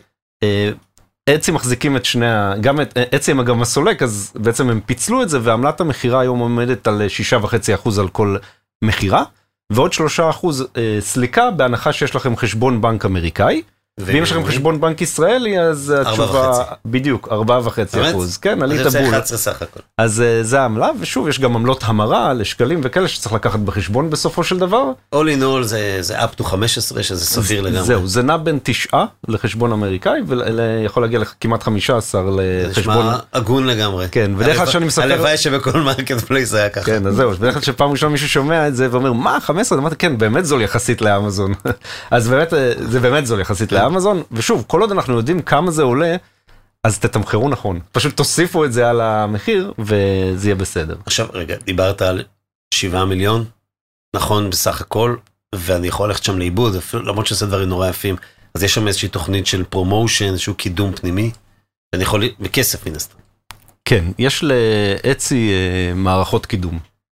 אצי מחזיקים את שני, גם אצי הם גם הסולק, אז בעצם הם פיצלו את זה, ועמלת המחירה היום עומדת על שישה וחצי אחוז על כל מחירה, ועוד שלושה אחוז סליקה, בהנחה שיש לכם חשבון בנק אמריקאי, ואם יש לכם חשבון בנק ישראלי, אז התשובה, בדיוק, ארבעה וחצי אחוז. כן, עלית בול. אז זה העמלה, ושוב, יש גם עמלות המרה לשקלים וכאלה שצריך לקחת בחשבון בסופו של דבר. all in all זה up to חמש עשרה, שזה סביר לגמרי. זהו, זה נע בין תשעה לחשבון אמריקאי, ויכול להגיע לכמעט חמישה עשר לחשבון. זה נשמע הגון לגמרי. כן, בדרך כלל שאני מספר... הלוואי שבכל מרקט פלייס היה ככה. כן, אז זהו, בדרך כלל שפעם ראשונה מישהו שומע את זה ואומר, מה, חמש עשרה? אמרתי, כן, באמת זול יחסית לאמזון. אז באמת, זה באמת זול יחסית לאמזון, ושוב, כל עוד אנחנו יודעים כמה זה עולה, אז תתמחרו נכון. פשוט תוסיפו את זה על המחיר, וזה יהיה בסדר. עכשיו, רגע, דיברת על שבעה מיליון, נכון בסך הכל, ואני יכול ללכת שם לאיבוד, למרות שעושה דברים נורא יפים, אז יש שם איזושהי תוכנית של פרומושן, איזשהו קידום פנימי, ואני יכול, בכסף מן הסתם. כן, יש לאצי מערכות קידום.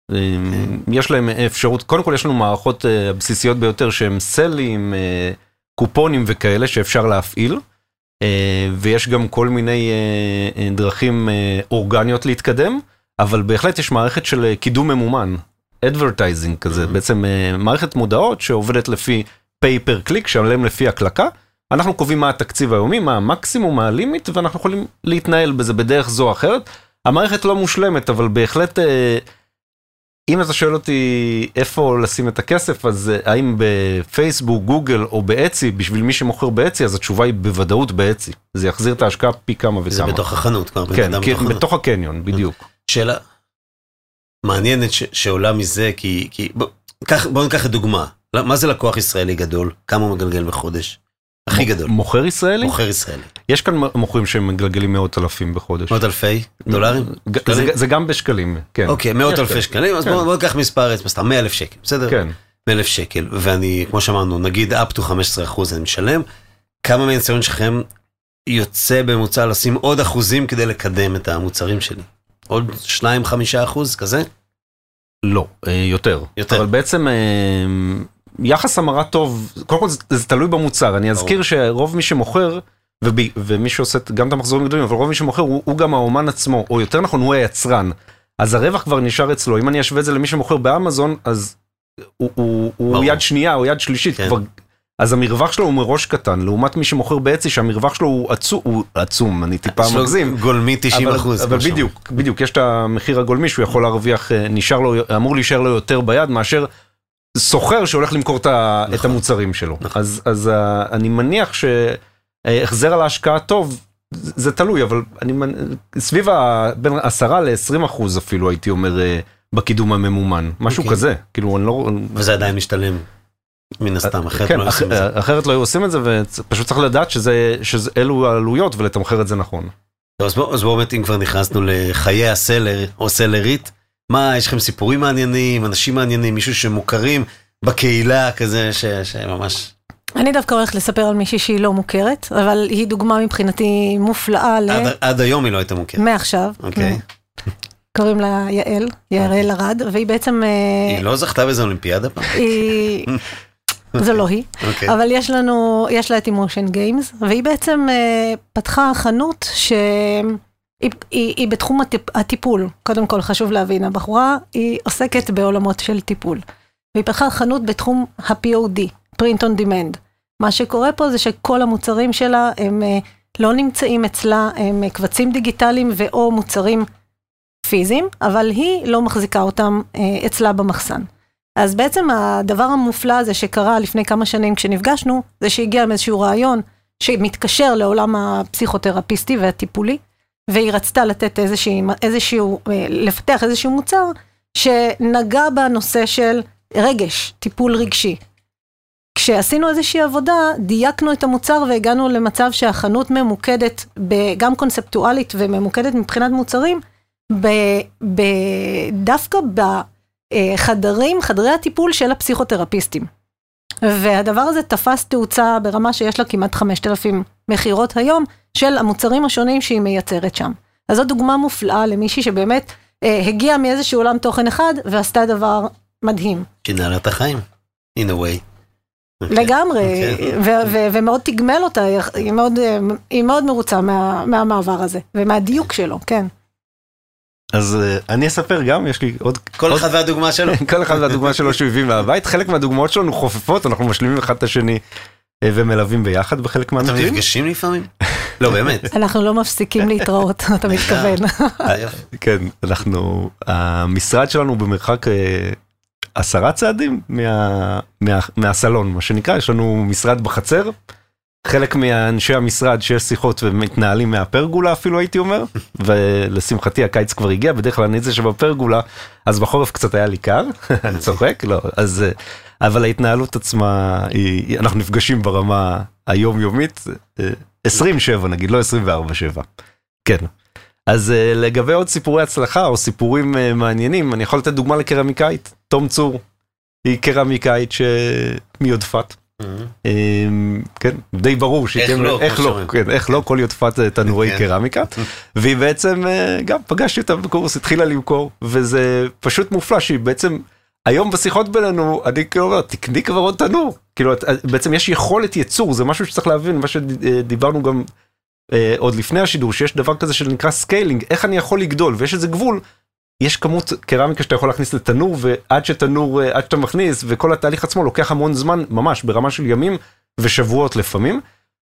יש להם אפשרות, קודם כל יש לנו מערכות בסיסיות ביותר, שהם סלים, קופונים וכאלה שאפשר להפעיל, ויש גם כל מיני דרכים אורגניות להתקדם, אבל בהחלט יש מערכת של קידום ממומן, advertising כזה, בעצם מערכת מודעות שעובדת לפי pay per click, שעלם לפי הקלקה, אנחנו קובעים מה התקציב היומי, מה המקסימום, מה הלימיט, ואנחנו יכולים להתנהל בזה בדרך זו או אחרת. המערכת לא מושלמת, אבל בהחלט, אם אתה שואל אותי איפה לשים את הכסף, אז האם בפייסבוק, גוגל או באצי, בשביל מי שמוכר באצי, אז התשובה היא בוודאות באצי. זה יחזיר את ההשקעה פי כמה וכמה. זה בתוך החנות, כבר כן, בתוך הקניון, בדיוק. שאלה מעניינת שעולה מזה, כי, כי בואו ניקח את דוגמה. מה זה לקוח ישראלי גדול? כמה הוא מגלגל בחודש? הכי גדול. מוכר ישראלי? מוכר ישראלי. יש כאן מוכרים שהם מגלגלים מאות אלפים בחודש. מאות אלפי דולרים? זה גם בשקלים, כן. אוקיי, מאות אלפי שקלים, אז בואו ניקח מספר, מספר, מאה אלף שקל, בסדר? כן. מאה אלף שקל, ואני, כמו שאמרנו, נגיד up to חמישה עשר אחוז אני משלם, כמה מהניסיון שלכם יוצא בממוצע לשים עוד אחוזים כדי לקדם את המוצרים שלי? עוד שניים, חמישה אחוז כזה? לא, יותר. יותר. אבל בעצם... יחס המרה טוב, קודם כל זה, זה תלוי במוצר, אני אזכיר שרוב מי שמוכר, וב, ומי שעושה גם את המחזורים גדולים, אבל רוב מי שמוכר הוא, הוא גם האומן עצמו, או יותר נכון הוא היצרן, אז הרווח כבר נשאר אצלו, אם אני אשווה את זה למי שמוכר באמזון, אז הוא, הוא, הוא יד שנייה או יד שלישית, כן. כבר, אז המרווח שלו הוא מראש קטן, לעומת מי שמוכר באצי שהמרווח שלו הוא עצום, הוא עצום, אני טיפה מגזים. גולמי תשעים אחוז. אבל, אבל בדיוק, בדיוק, יש את המחיר הגולמי שהוא יכול להרוויח, נשאר לו, אמור להישאר לו יותר ביד, מאשר סוחר שהולך למכור את המוצרים שלו. אז, אז אני מניח שהחזר על ההשקעה טוב, זה תלוי, אבל אני, סביב בין עשרה לעשרים אחוז אפילו הייתי אומר בקידום הממומן, משהו okay. כזה. כאילו, אני לא... וזה עדיין משתלם מן הסתם, אחרת כן, לא עושים את זה. אחרת לא עושים את זה, ופשוט צריך לדעת שזה, שזה אלו העלויות ולתמחר את זה נכון. אז בואו, אז בואו באמת, אם כבר נכנסנו לחיי הסלר או סלרית, מה, יש לכם סיפורים מעניינים, אנשים מעניינים, מישהו שמוכרים בקהילה כזה ש, שממש... אני דווקא הולכת לספר על מישהי שהיא לא מוכרת, אבל היא דוגמה מבחינתי מופלאה ל... עד, עד היום היא לא הייתה מוכרת. מעכשיו. אוקיי. קוראים לה יעל, יעל ארד, והיא בעצם... היא לא זכתה באיזה אולימפיאדה פעם? היא... זו לא היא. אוקיי. אבל יש לנו, יש לה את אימושן גיימס, והיא בעצם פתחה חנות ש... היא, היא, היא בתחום הטיפ, הטיפול, קודם כל חשוב להבין, הבחורה היא עוסקת בעולמות של טיפול, והיא פתחה חנות בתחום ה-פי או די, Print on Demand. מה שקורה פה זה שכל המוצרים שלה הם לא נמצאים אצלה, הם קבצים דיגיטליים ואו מוצרים פיזיים, אבל היא לא מחזיקה אותם אצלה במחסן. אז בעצם הדבר המופלא הזה שקרה לפני כמה שנים כשנפגשנו, זה שהגיע עם איזשהו רעיון שמתקשר לעולם הפסיכותרפיסטי והטיפולי, והיא רצתה לתת איזושהי, איזשהו, לפתח איזשהו מוצר שנגע בנושא של רגש, טיפול רגשי. כשעשינו איזושהי עבודה, דייקנו את המוצר והגענו למצב שהחנות ממוקדת, גם קונספטואלית וממוקדת מבחינת מוצרים, ב, ב, דווקא בחדרים, חדרי הטיפול של הפסיכותרפיסטים. והדבר הזה תפס תאוצה ברמה שיש לה כמעט חמשת אלפים מחירות היום, של המוצרים השונים שהיא מייצרת שם. אז זו דוגמה מופלאה למישהי שבאמת אה, הגיעה מאיזשהו עולם תוכן אחד, ועשתה דבר מדהים. שינהלה את החיים, in a way. לגמרי, ו- ו- ומאוד תגמל אותה, היא מאוד, היא מאוד מרוצה מה- מהמעבר הזה, ומהדיוק שלו, כן. אז אני אספר גם, יש לי עוד... כל אחד והדוגמה שלו. כל אחד והדוגמה שלו שהוא הביא מהבית, חלק מהדוגמאות שלנו חופפות, אנחנו משלימים אחד את השני ומלווים ביחד בחלק מהמקרים. אתם נפגשים לפעמים? לא, באמת. אנחנו לא מפסיקים להתראות, אתה מתכוון. כן, אנחנו, המשרד שלנו במרחק עשרה צעדים מהסלון, מה שנקרא, יש לנו משרד בחצר, חלק מאנשי המשרד שיש שיחות ומתנהלים מהפרגולה אפילו הייתי אומר, ולשמחתי הקיץ כבר הגיע, בדרך כלל אני זה שבפרגולה, אז בחורף קצת היה לי קר, אני צוחק, לא, אז, אבל ההתנהלות עצמה, אנחנו נפגשים ברמה היומיומית, עשרים ושבע נגיד, לא עשרים וארבע שבע, כן. אז לגבי עוד סיפורי הצלחה או סיפורים מעניינים, אני יכול לתת דוגמה לקרמיקאית, תום צור, היא קרמיקאית שמיודפת. כן, די ברור איך לא כל יודפת תנורי קרמיקה, והיא בעצם גם פגשתי אותה בקורס, התחילה למכור, וזה פשוט מופלא שהיא בעצם, היום בשיחות בינינו, אני כאילו אומר, תקני כבר עוד תנור, כאילו בעצם יש יכולת ייצור, זה משהו שצריך להבין, מה שדיברנו גם עוד לפני השידור, שיש דבר כזה שנקרא סקיילינג, איך אני יכול לגדול, ויש איזה גבול, יש כמות קרמיקה שאתה יכול להכניס לתנור, ועד שתנור, עד שאתה מכניס, וכל התהליך עצמו לוקח המון זמן, ממש ברמה של ימים ושבועות לפעמים,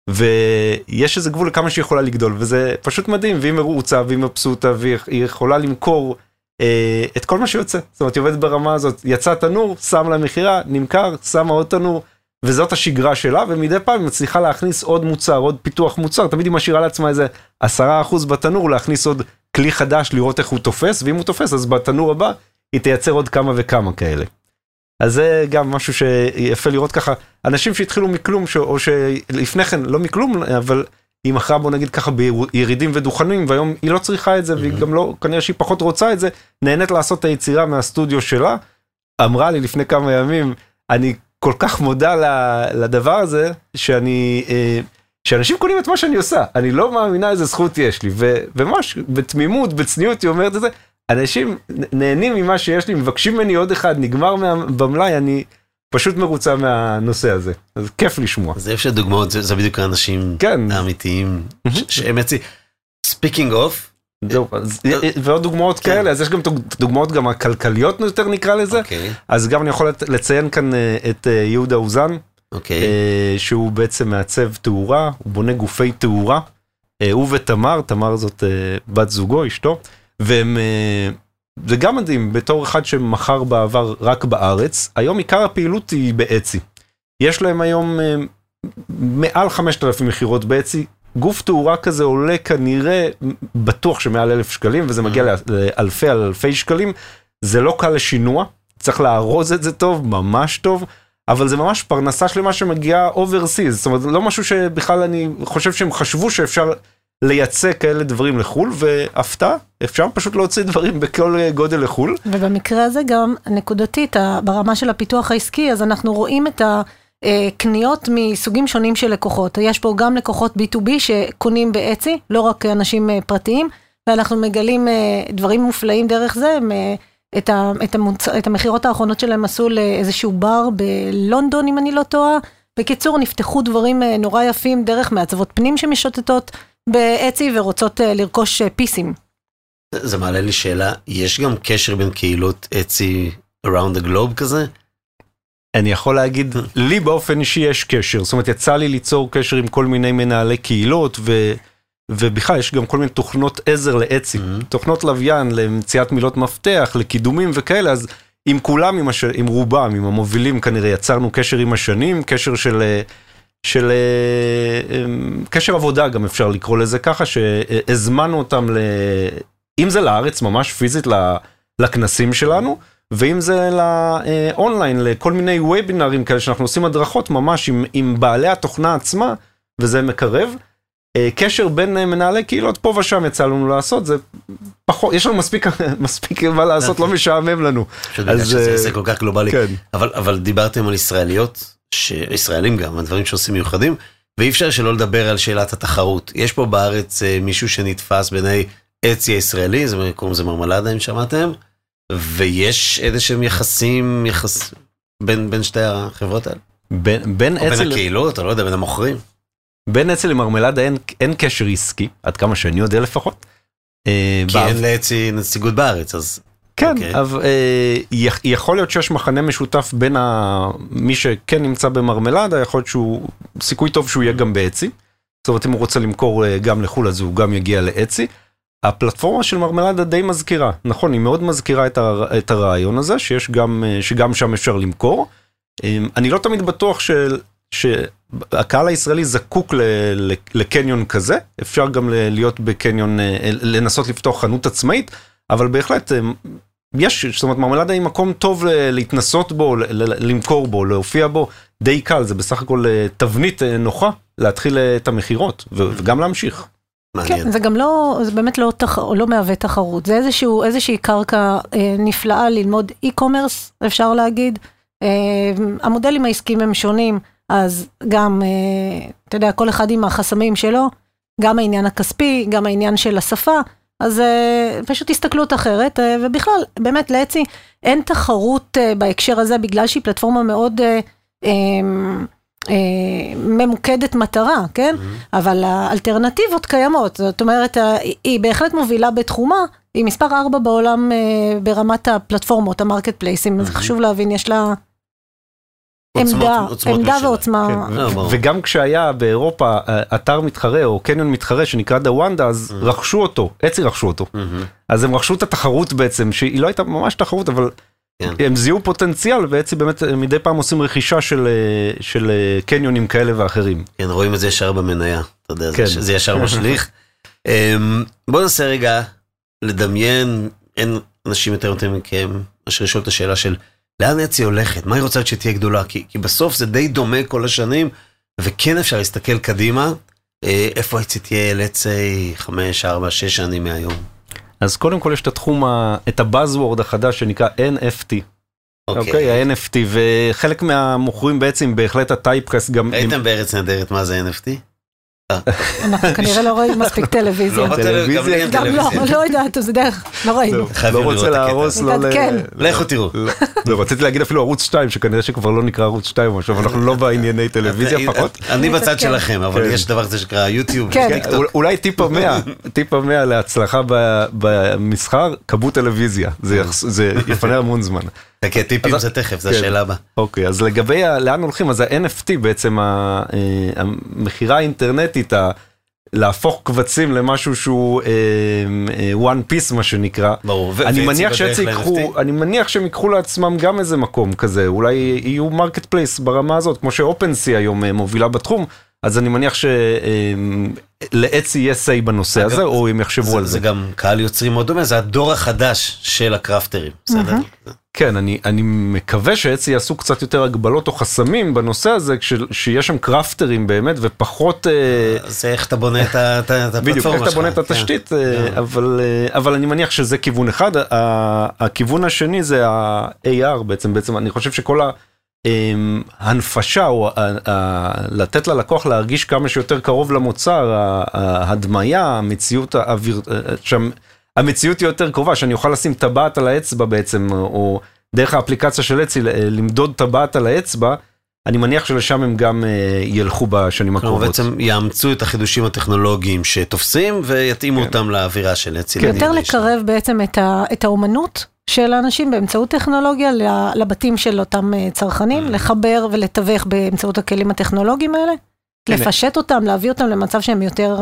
ויש איזה גבול לכמה שהיא יכולה לגדול, וזה פשוט מדהים, והיא מרוצה, והיא מבסוטה, והיא יכולה למכור אה, את כל מה שיוצא. זאת אומרת, היא עובדת ברמה הזאת, יצא תנור, שם לה מחירה, נמכר, שמה עוד תנור, וזאת השגרה שלה, ומדי פעם היא מצליחה להכניס עוד מוצר, עוד פיתוח מוצר, תמיד היא משאירה לעצמה איזה עשרה אחוז בתנור, להכניס עוד כלי חדש, לראות איך הוא תופס, ואם הוא תופס, אז בתנור הבא, היא תייצר עוד כמה וכמה כאלה. אז זה גם משהו שיפה לראות ככה, אנשים שהתחילו מכלום, ש... או שלפני כן לא מכלום, אבל היא מכרה, בוא נגיד ככה, בירידים ודוכנים, והיום היא לא צריכה את זה, והיא גם לא, כנראה שהיא פחות רוצה את זה, נהנית לעשות את היצירה מהסטודיו שלה, אמרה לי לפני כמה ימים, אני כל כך מודע לדבר הזה, שאני, שאנשים קונים את מה שאני עושה, אני לא מאמינה איזה זכות יש לי, וממש בתמימות, בצניעות, היא אומרת את זה, אנשים נהנים ממה שיש לי, מבקשים ממני עוד אחד, נגמר במלאי, אני פשוט מרוצה מהנושא הזה, אז כיף לשמוע. זה אפשר דוגמאות, זה בדיוק האנשים האמיתיים, שהם יצאים, speaking of, ועוד דוגמאות כאלה, אז יש גם דוגמאות גם הכלכליות יותר נקרא לזה, אז גם אני יכול לציין כאן את יהודה אוזן, שהוא בעצם מעצב תאורה, הוא בונה גופי תאורה, הוא ותמר, תמר זאת בת זוגו, אשתו, והם, זה גם מדהים, בתור אחד שמחר בעבר רק בארץ, היום עיקר הפעילות היא באצי, יש להם היום מעל חמשת אלפים מחירות באצי, גוף תאורה כזה עולה כנראה בטוח שמעל אלף שקלים, וזה מגיע לאלפי אלפי שקלים, זה לא קל לשינוע, צריך לארוז את זה טוב, ממש טוב, אבל זה ממש פרנסה שלמה שמגיעה overseas, זאת אומרת, לא משהו שבכלל אני חושב שהם חשבו שאפשר לייצא כאלה דברים לחול, והפתעה, אפשר פשוט להוציא דברים בכל גודל לחול. ובמקרה הזה גם נקודתית, ברמה של הפיתוח העסקי, אז אנחנו רואים את ה... קניות מסוגים שונים של לקוחות. יש פה גם לקוחות בי טו בי שקונים באצי, לא רק אנשים פרטיים, ואנחנו מגלים דברים מופלאים דרך זה, את, את, המוצ... את המחירות האחרונות שלהם עשו לאיזשהו בר בלונדון, אם אני לא טועה. בקיצור, נפתחו דברים נורא יפים דרך מעצבות פנים שמשוטטות באצי ורוצות לרכוש פיסים. זה מעלה לי שאלה, יש גם קשר בין קהילות אצי around the globe כזה? אני יכול להגיד, לי באופן אישי יש קשר, זאת אומרת, יצא לי ליצור קשר עם כל מיני מנהלי קהילות, ו, ובכלל יש גם כל מיני תוכנות עזר לאצי, mm-hmm. תוכנות לוויין, למציאת מילות מפתח, לקידומים וכאלה, אז עם כולם, עם, הש... עם רובם, עם המובילים כנראה, יצרנו קשר עם השנים, קשר של, של קשר עבודה גם אפשר לקרוא לזה ככה, שהזמנו אותם, ל... אם זה לארץ ממש פיזית לכנסים שלנו, ואם זה לאונליין, לכל מיני וובינרים כאלה שאנחנו עושים הדרכות ממש עם, עם בעלי התוכנה עצמה, וזה מקרב. קשר בין מנהלי קהילות פה ושם יצא לנו לעשות, זה פחות, יש לנו מספיק, מספיק מה לעשות, לא משעמם לנו. אז זה, זה כל כך גלובלי. כן. אבל, אבל דיברתם על ישראליות, ישראלים גם, הדברים שעושים מיוחדים, ואי אפשר שלא לדבר על שאלת התחרות. יש פה בארץ מישהו שנתפס בעיני אצי הישראלי, זה קוראים לזה מרמלדה, אם שמעתם? ויש איזשהם יחסים, יחס, בין, בין שתי החברות האלה? בין, בין או בין הקהילות, או לא יודע, בין המוכרים. בין אצל למרמלדה אין, אין קשר עסקי, עד כמה שאני יודע לפחות. כי אין לאצי נציגות בארץ, אז... כן, אבל יכול להיות שיש מחנה משותף בין מי שכן נמצא במרמלדה, יכול להיות שהוא, סיכוי טוב שהוא יהיה גם באצי, זאת אומרת אם הוא רוצה למכור גם לחול אז הוא גם יגיע לאצי, הפלטפורמה של מרמלדה די מזכירה, נכון, היא מאוד מזכירה את הרעיון הזה, שיש גם, שגם שם אפשר למכור, אני לא תמיד בטוח של, שהקהל הישראלי זקוק לקניון כזה, אפשר גם להיות בקניון, לנסות לפתוח חנות עצמאית, אבל בהחלט יש, זאת אומרת, מרמלדה היא מקום טוב להתנסות בו, למכור בו, להופיע בו, די קל, זה בסך הכל תבנית נוחה להתחיל את המחירות, וגם להמשיך. כן, זה גם לא, זה באמת לא, לא מהווה תחרות, זה איזשהו, איזושהי קרקע נפלאה ללמוד e-commerce, אפשר להגיד, המודלים העסקיים הם שונים, אז גם, אתה יודע, כל אחד עם החסמים שלו, גם העניין הכספי, גם העניין של השפה, אז פשוט הסתכלות אחרת, ובכלל, באמת לאצי אין תחרות בהקשר הזה, בגלל שהיא פלטפורמה מאוד ממוקדת מטרה, כן? אבל האלטרנטיבות קיימות, זאת אומרת, היא בהחלט מובילה בתחומה, היא מספר ארבע בעולם ברמת הפלטפורמות, המרקט פלייסים, אז חשוב להבין, יש לה עמדה, עמדה ועוצמה. וגם כשהיה באירופה אתר מתחרה או קניון מתחרה שנקרא דוונדה, אז רכשו אותו, אצי רכשו אותו. אז הם רכשו את התחרות בעצם, שהיא לא הייתה ממש תחרות, אבל הם זיהו פוטנציאל, ואצי באמת מדי פעם עושים רכישה של קניונים כאלה ואחרים. כן, רואים את זה ישר במניה, אתה יודע, זה ישר משליך. בוא ננסה רגע לדמיין, אין אנשים יותר יותר מכם, אשר לשאול את השאלה של לאן אצי הולכת? מה היא רוצה שתהיה גדולה? כי, כי בסוף זה די דומה כל השנים, וכן אפשר להסתכל קדימה, איפה אצי תהיה לאצי חמש, ארבע, שש שנים מהיום? אז קודם כל יש את התחום, את הבאזוורד החדש שנקרא אן אף טי. אוקיי, ה-אן אף טי, וחלק מהמוכרים בעצם בהחלט הטייפקאסט גם... ראיתם בארץ נהדרת מה זה אן אף טי? אנחנו כנראה לא רואים מספיק טלוויזיה. טלוויזיה? גם לא, לא יודעת, זה דרך, לא ראינו. לא רוצה להרוס, לא... לכו תראו. רציתי להגיד אפילו ערוץ שתיים, שכנראה שכבר לא נקרא ערוץ שתיים, אבל אנחנו לא בענייני טלוויזיה פחות. אני בצד שלכם, אבל יש דבר כזה שקרא יוטיוב. אולי טיפ המאה, טיפ המאה להצלחה במסחר, קבו טלוויזיה. זה יפנה המון זמן. כי הטיפים זה תכף, זה השאלה הבאה. אוקיי, אז לגבי לאן הולכים, אז ה-אן אף טי בעצם, המחירה האינטרנטית, להפוך קבצים למשהו שהוא one piece מה שנקרא. ברור, אני מניח שיקחו, אני מניח שהם ייקחו לעצמם גם איזה מקום כזה, אולי יהיו מרקט פלייס ברמה הזאת, כמו שאופנסי היום מובילה בתחום, אז אני מניח שלאצי יהיה סי בנושא הזה, או הם יחשבו על זה. זה גם קהל יוצרים מאוד דומה, זה הדור החדש של הקראפטרים, בסדר? כן, אני, אני מקווה שאצי יעשו קצת יותר הגבלות או חסמים בנושא הזה, שיש שם קראפטרים באמת, ופחות... זה איך אתה בונה את הפלטפורמה שלך. בדיוק, איך אתה בונה את התשתית, אבל, אבל אני מניח שזה כיוון אחד. הכיוון השני זה ה-איי אר בעצם, בעצם אני חושב שכל ההנפשה, או לתת ללקוח להרגיש כמה שיותר קרוב למוצר, ההדמיה, המציאות האוויר... שם... המציאות היא יותר קרובה, שאני אוכל לשים טבעת על האצבע בעצם, או דרך האפליקציה של אצי, למדוד טבעת על האצבע, אני מניח שלשם הם גם ילכו בשנים הקרובות. בעצם יאמצו את החידושים הטכנולוגיים שתופסים, ויתאימו אותם לאווירה של אצי. יותר לקרב בעצם את האומנות של האנשים באמצעות טכנולוגיה, לבתים של אותם צרכנים, לחבר ולתווך באמצעות הכלים הטכנולוגיים האלה, לפשט אותם, להביא אותם למצב שהם יותר...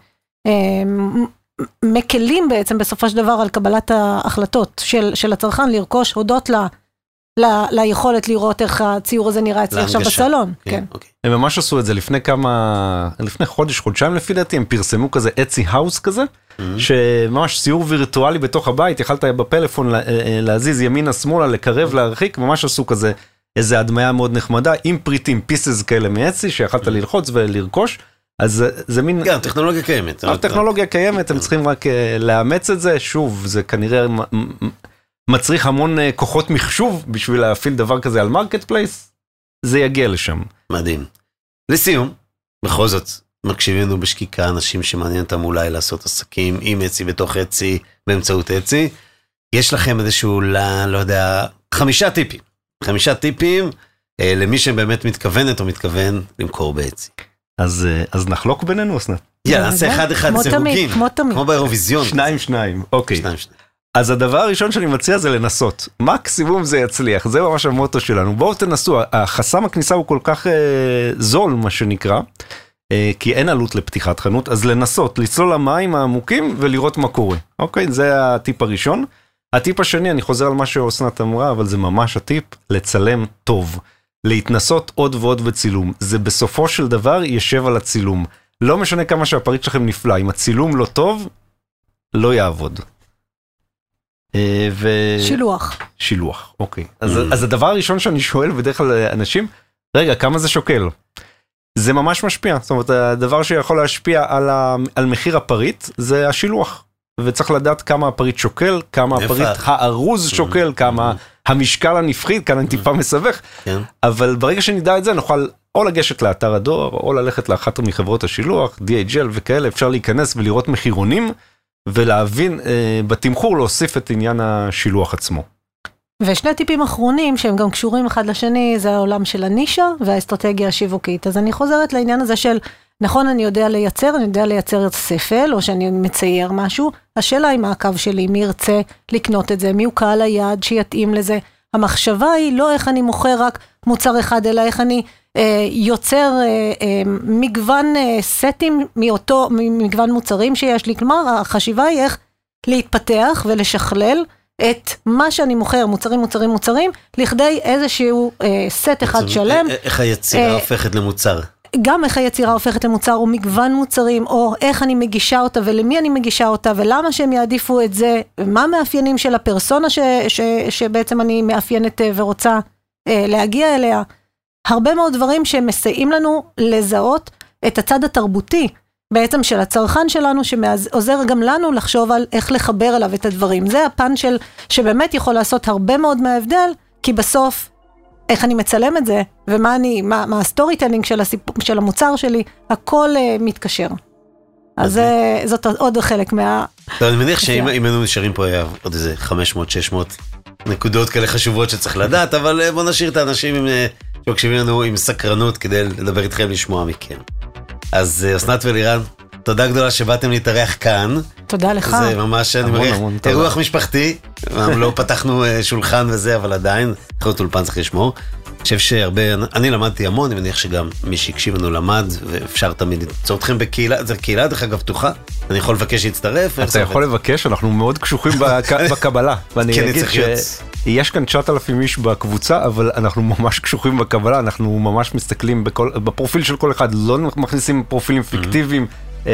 מקלים בעצם בסופו של דבר על קבלת ההחלטות של, של הצרכן לרכוש הודות לה, לה, ליכולת לראות איך הציור הזה נראה אצלי עכשיו בסלון. כן, כן. אוקיי. הם ממש עשו את זה לפני כמה, לפני חודש, חודשיים לפי דעתי, הם פרסמו כזה אצי האוס כזה, mm-hmm. שממש ציור וירטואלי בתוך הבית, יכלת בפלאפון להזיז ימינה שמאלה, לקרב, להרחיק, ממש עשו כזה איזה הדמיה מאוד נחמדה, עם פריטים, פיסס כאלה מאצי, שיכלת ללחוץ ולרכוש, אז זה מין... כן, הטכנולוגיה קיימת. הטכנולוגיה קיימת, הם צריכים רק לאמץ את זה, שוב, זה כנראה מצריך המון כוחות מחשוב בשביל להפעיל דבר כזה על מרקט פלייס, זה יגיע לשם. מדהים. לסיום, בכל זאת, מקשיבינו בשקיקה אנשים שמעניין אותם אולי לעשות עסקים עם אצי בתוך אצי, באמצעות אצי, יש לכם איזשהו, לא יודע, חמישה טיפים, חמישה טיפים למי שבאמת מתכוונת או מתכוון למכור באצי. אז, אז נחלוק בינינו, אסנת. יאללה, נעשה אחד אחד, סירוגים. כמו תמיד. כמו באירוויזיון. שניים, שניים. אוקיי. שניים, שניים. אז הדבר הראשון שאני מציע זה לנסות. מקסימום זה יצליח, זה ממש המוטו שלנו. בואו תנסו, החסם הכניסה הוא כל כך אה, זול, מה שנקרא, אה, כי אין עלות לפתיחת חנות, אז לנסות, לצלול למים העמוקים ולראות מה קורה. אוקיי, זה הטיפ הראשון. הטיפ השני, אני חוזר על מה שאוסנת אמרה, אבל זה ממש הטיפ, לצלם טוב. להתנסות עוד ועוד בצילום. זה בסופו של דבר ישב על הצילום. לא משנה כמה שהפריט שלכם נפלא, אם הצילום לא טוב, לא יעבוד. ו... שילוח. שילוח, אוקיי. אז, אז הדבר הראשון שאני שואל בדרך כלל אנשים, רגע, כמה זה שוקל? זה ממש משפיע. זאת אומרת, הדבר שיכול להשפיע על, ה... על מחיר הפריט, זה השילוח. וצריך לדעת כמה הפריט שוקל, כמה הפריט הארוז שוקל, כמה המשקל הנפחי, כאן אני טיפה מסבך. אבל ברגע שנדע את זה, נוכל או לגשת לאתר הדואר, או ללכת לאחת מחברות השילוח, די אייץ' אל וכאלה, אפשר להיכנס ולראות מחירונים, ולהבין אה, בתמחור להוסיף את עניין השילוח עצמו. ושני טיפים אחרונים שהם גם קשורים אחד לשני, זה העולם של הנישה והאסטרטגיה השיווקית. אז אני חוזרת לעניין הזה של, נכון, אני יודע לייצר, אני יודע לייצר ספל, או שאני מצייר משהו, השאלה היא מה הקו שלי, מי ירצה לקנות את זה, מי הוא קהל היעד שיתאים לזה. המחשבה היא לא איך אני מוכר רק מוצר אחד, אלא איך אני אה, יוצר אה, אה, מגוון אה, סטים מאותו, מגוון מוצרים שיש לי. כלומר, החשיבה היא איך להתפתח ולשכלל את מה שאני מוכר, מוצרים, מוצרים, מוצרים, לכדי איזשהו אה, סט אחד שלם. איך היצירה הופכת למוצר? גם איך היצירה הופכת למוצר, או מגוון מוצרים, או איך אני מגישה אותה, ולמי אני מגישה אותה, ולמה שהם יעדיפו את זה, מה המאפיינים של הפרסונה ש, ש, שבעצם אני מאפיינת ורוצה אה, להגיע אליה. הרבה מאוד דברים שמסייעים לנו לזהות את הצד התרבותי, בעצם של הצרכן שלנו, שעוזר גם לנו לחשוב על איך לחבר אליו את הדברים. זה הפן של, שבאמת יכול לעשות הרבה מאוד מההבדל, כי בסוף, איך אני מצלם את זה, ומה אני, מה, מה הסטורי טלינג של הסיפור, של המוצר שלי, הכל uh, מתקשר. אז זה, זאת עוד חלק מה... טוב, אני מניח שאם היינו נשארים פה, היה עוד איזה חמש מאות שש מאות נקודות כאלה חשובות שצריך לדעת, אבל בוא נשאיר את האנשים עם, שמקשיבים לנו עם סקרנות, כדי לדבר איתכם, לשמוע מכם. אז אסנת ולירן, תודה גדולה שבאתם להתארח כאן. תודה לך. זה ממש, אני מריח, אירוח משפחתי. לא פתחנו שולחן וזה, אבל עדיין, אחרות אולפן צריך לשמור. אני חושב שהרבה, אני למדתי המון, אני מניח שגם מי שהקשיב לנו למד, ואפשר תמיד למצוא אתכם בקהילה, זו קהילה דרך אגב פתוחה, אני יכול לבקש להצטרף. אתה יכול לבקש, אנחנו מאוד קשוחים בקבלה. ואני אגיד שיש כאן תשעת אלפים איש בקבוצה, אבל אנחנו ממש קשוחים בקבלה, אנחנו ממש מסתכלים בפרופיל של כל אחד, לא מכניסים פרופילים פיקטיביים,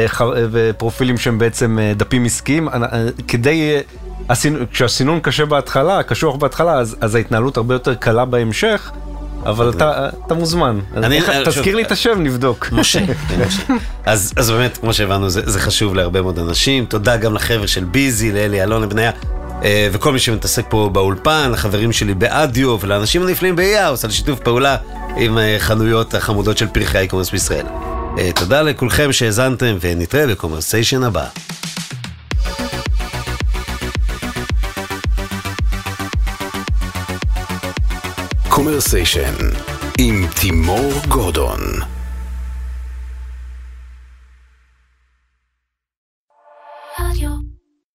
ופרופילים שהם בעצם דפים עסקיים, כדי, כשהסינון קשה בהתחלה, קשוח בהתחלה, אז, אז ההתנהלות הרבה יותר קלה בהמשך, אבל אתה, אתה מוזמן. אני, תזכיר לי את השם, נבדוק. משה, משה. אז, אז באמת, כמו שהבנו, זה, זה חשוב להרבה מאוד אנשים. תודה גם לחבר של ביזי, לאלי אלון, לבניה, וכל מי שמתעסק פה באולפן, לחברים שלי באדיו, ולאנשים הנפלאים ב-Ehouse, על שיתוף פעולה עם חנויות החמודות של פרחי האי-קומרס בישראל. תודה לכולכם שהזנתם, ונתראה בקומרסיישן הבא. קומרסיישן עם תימור גורדון.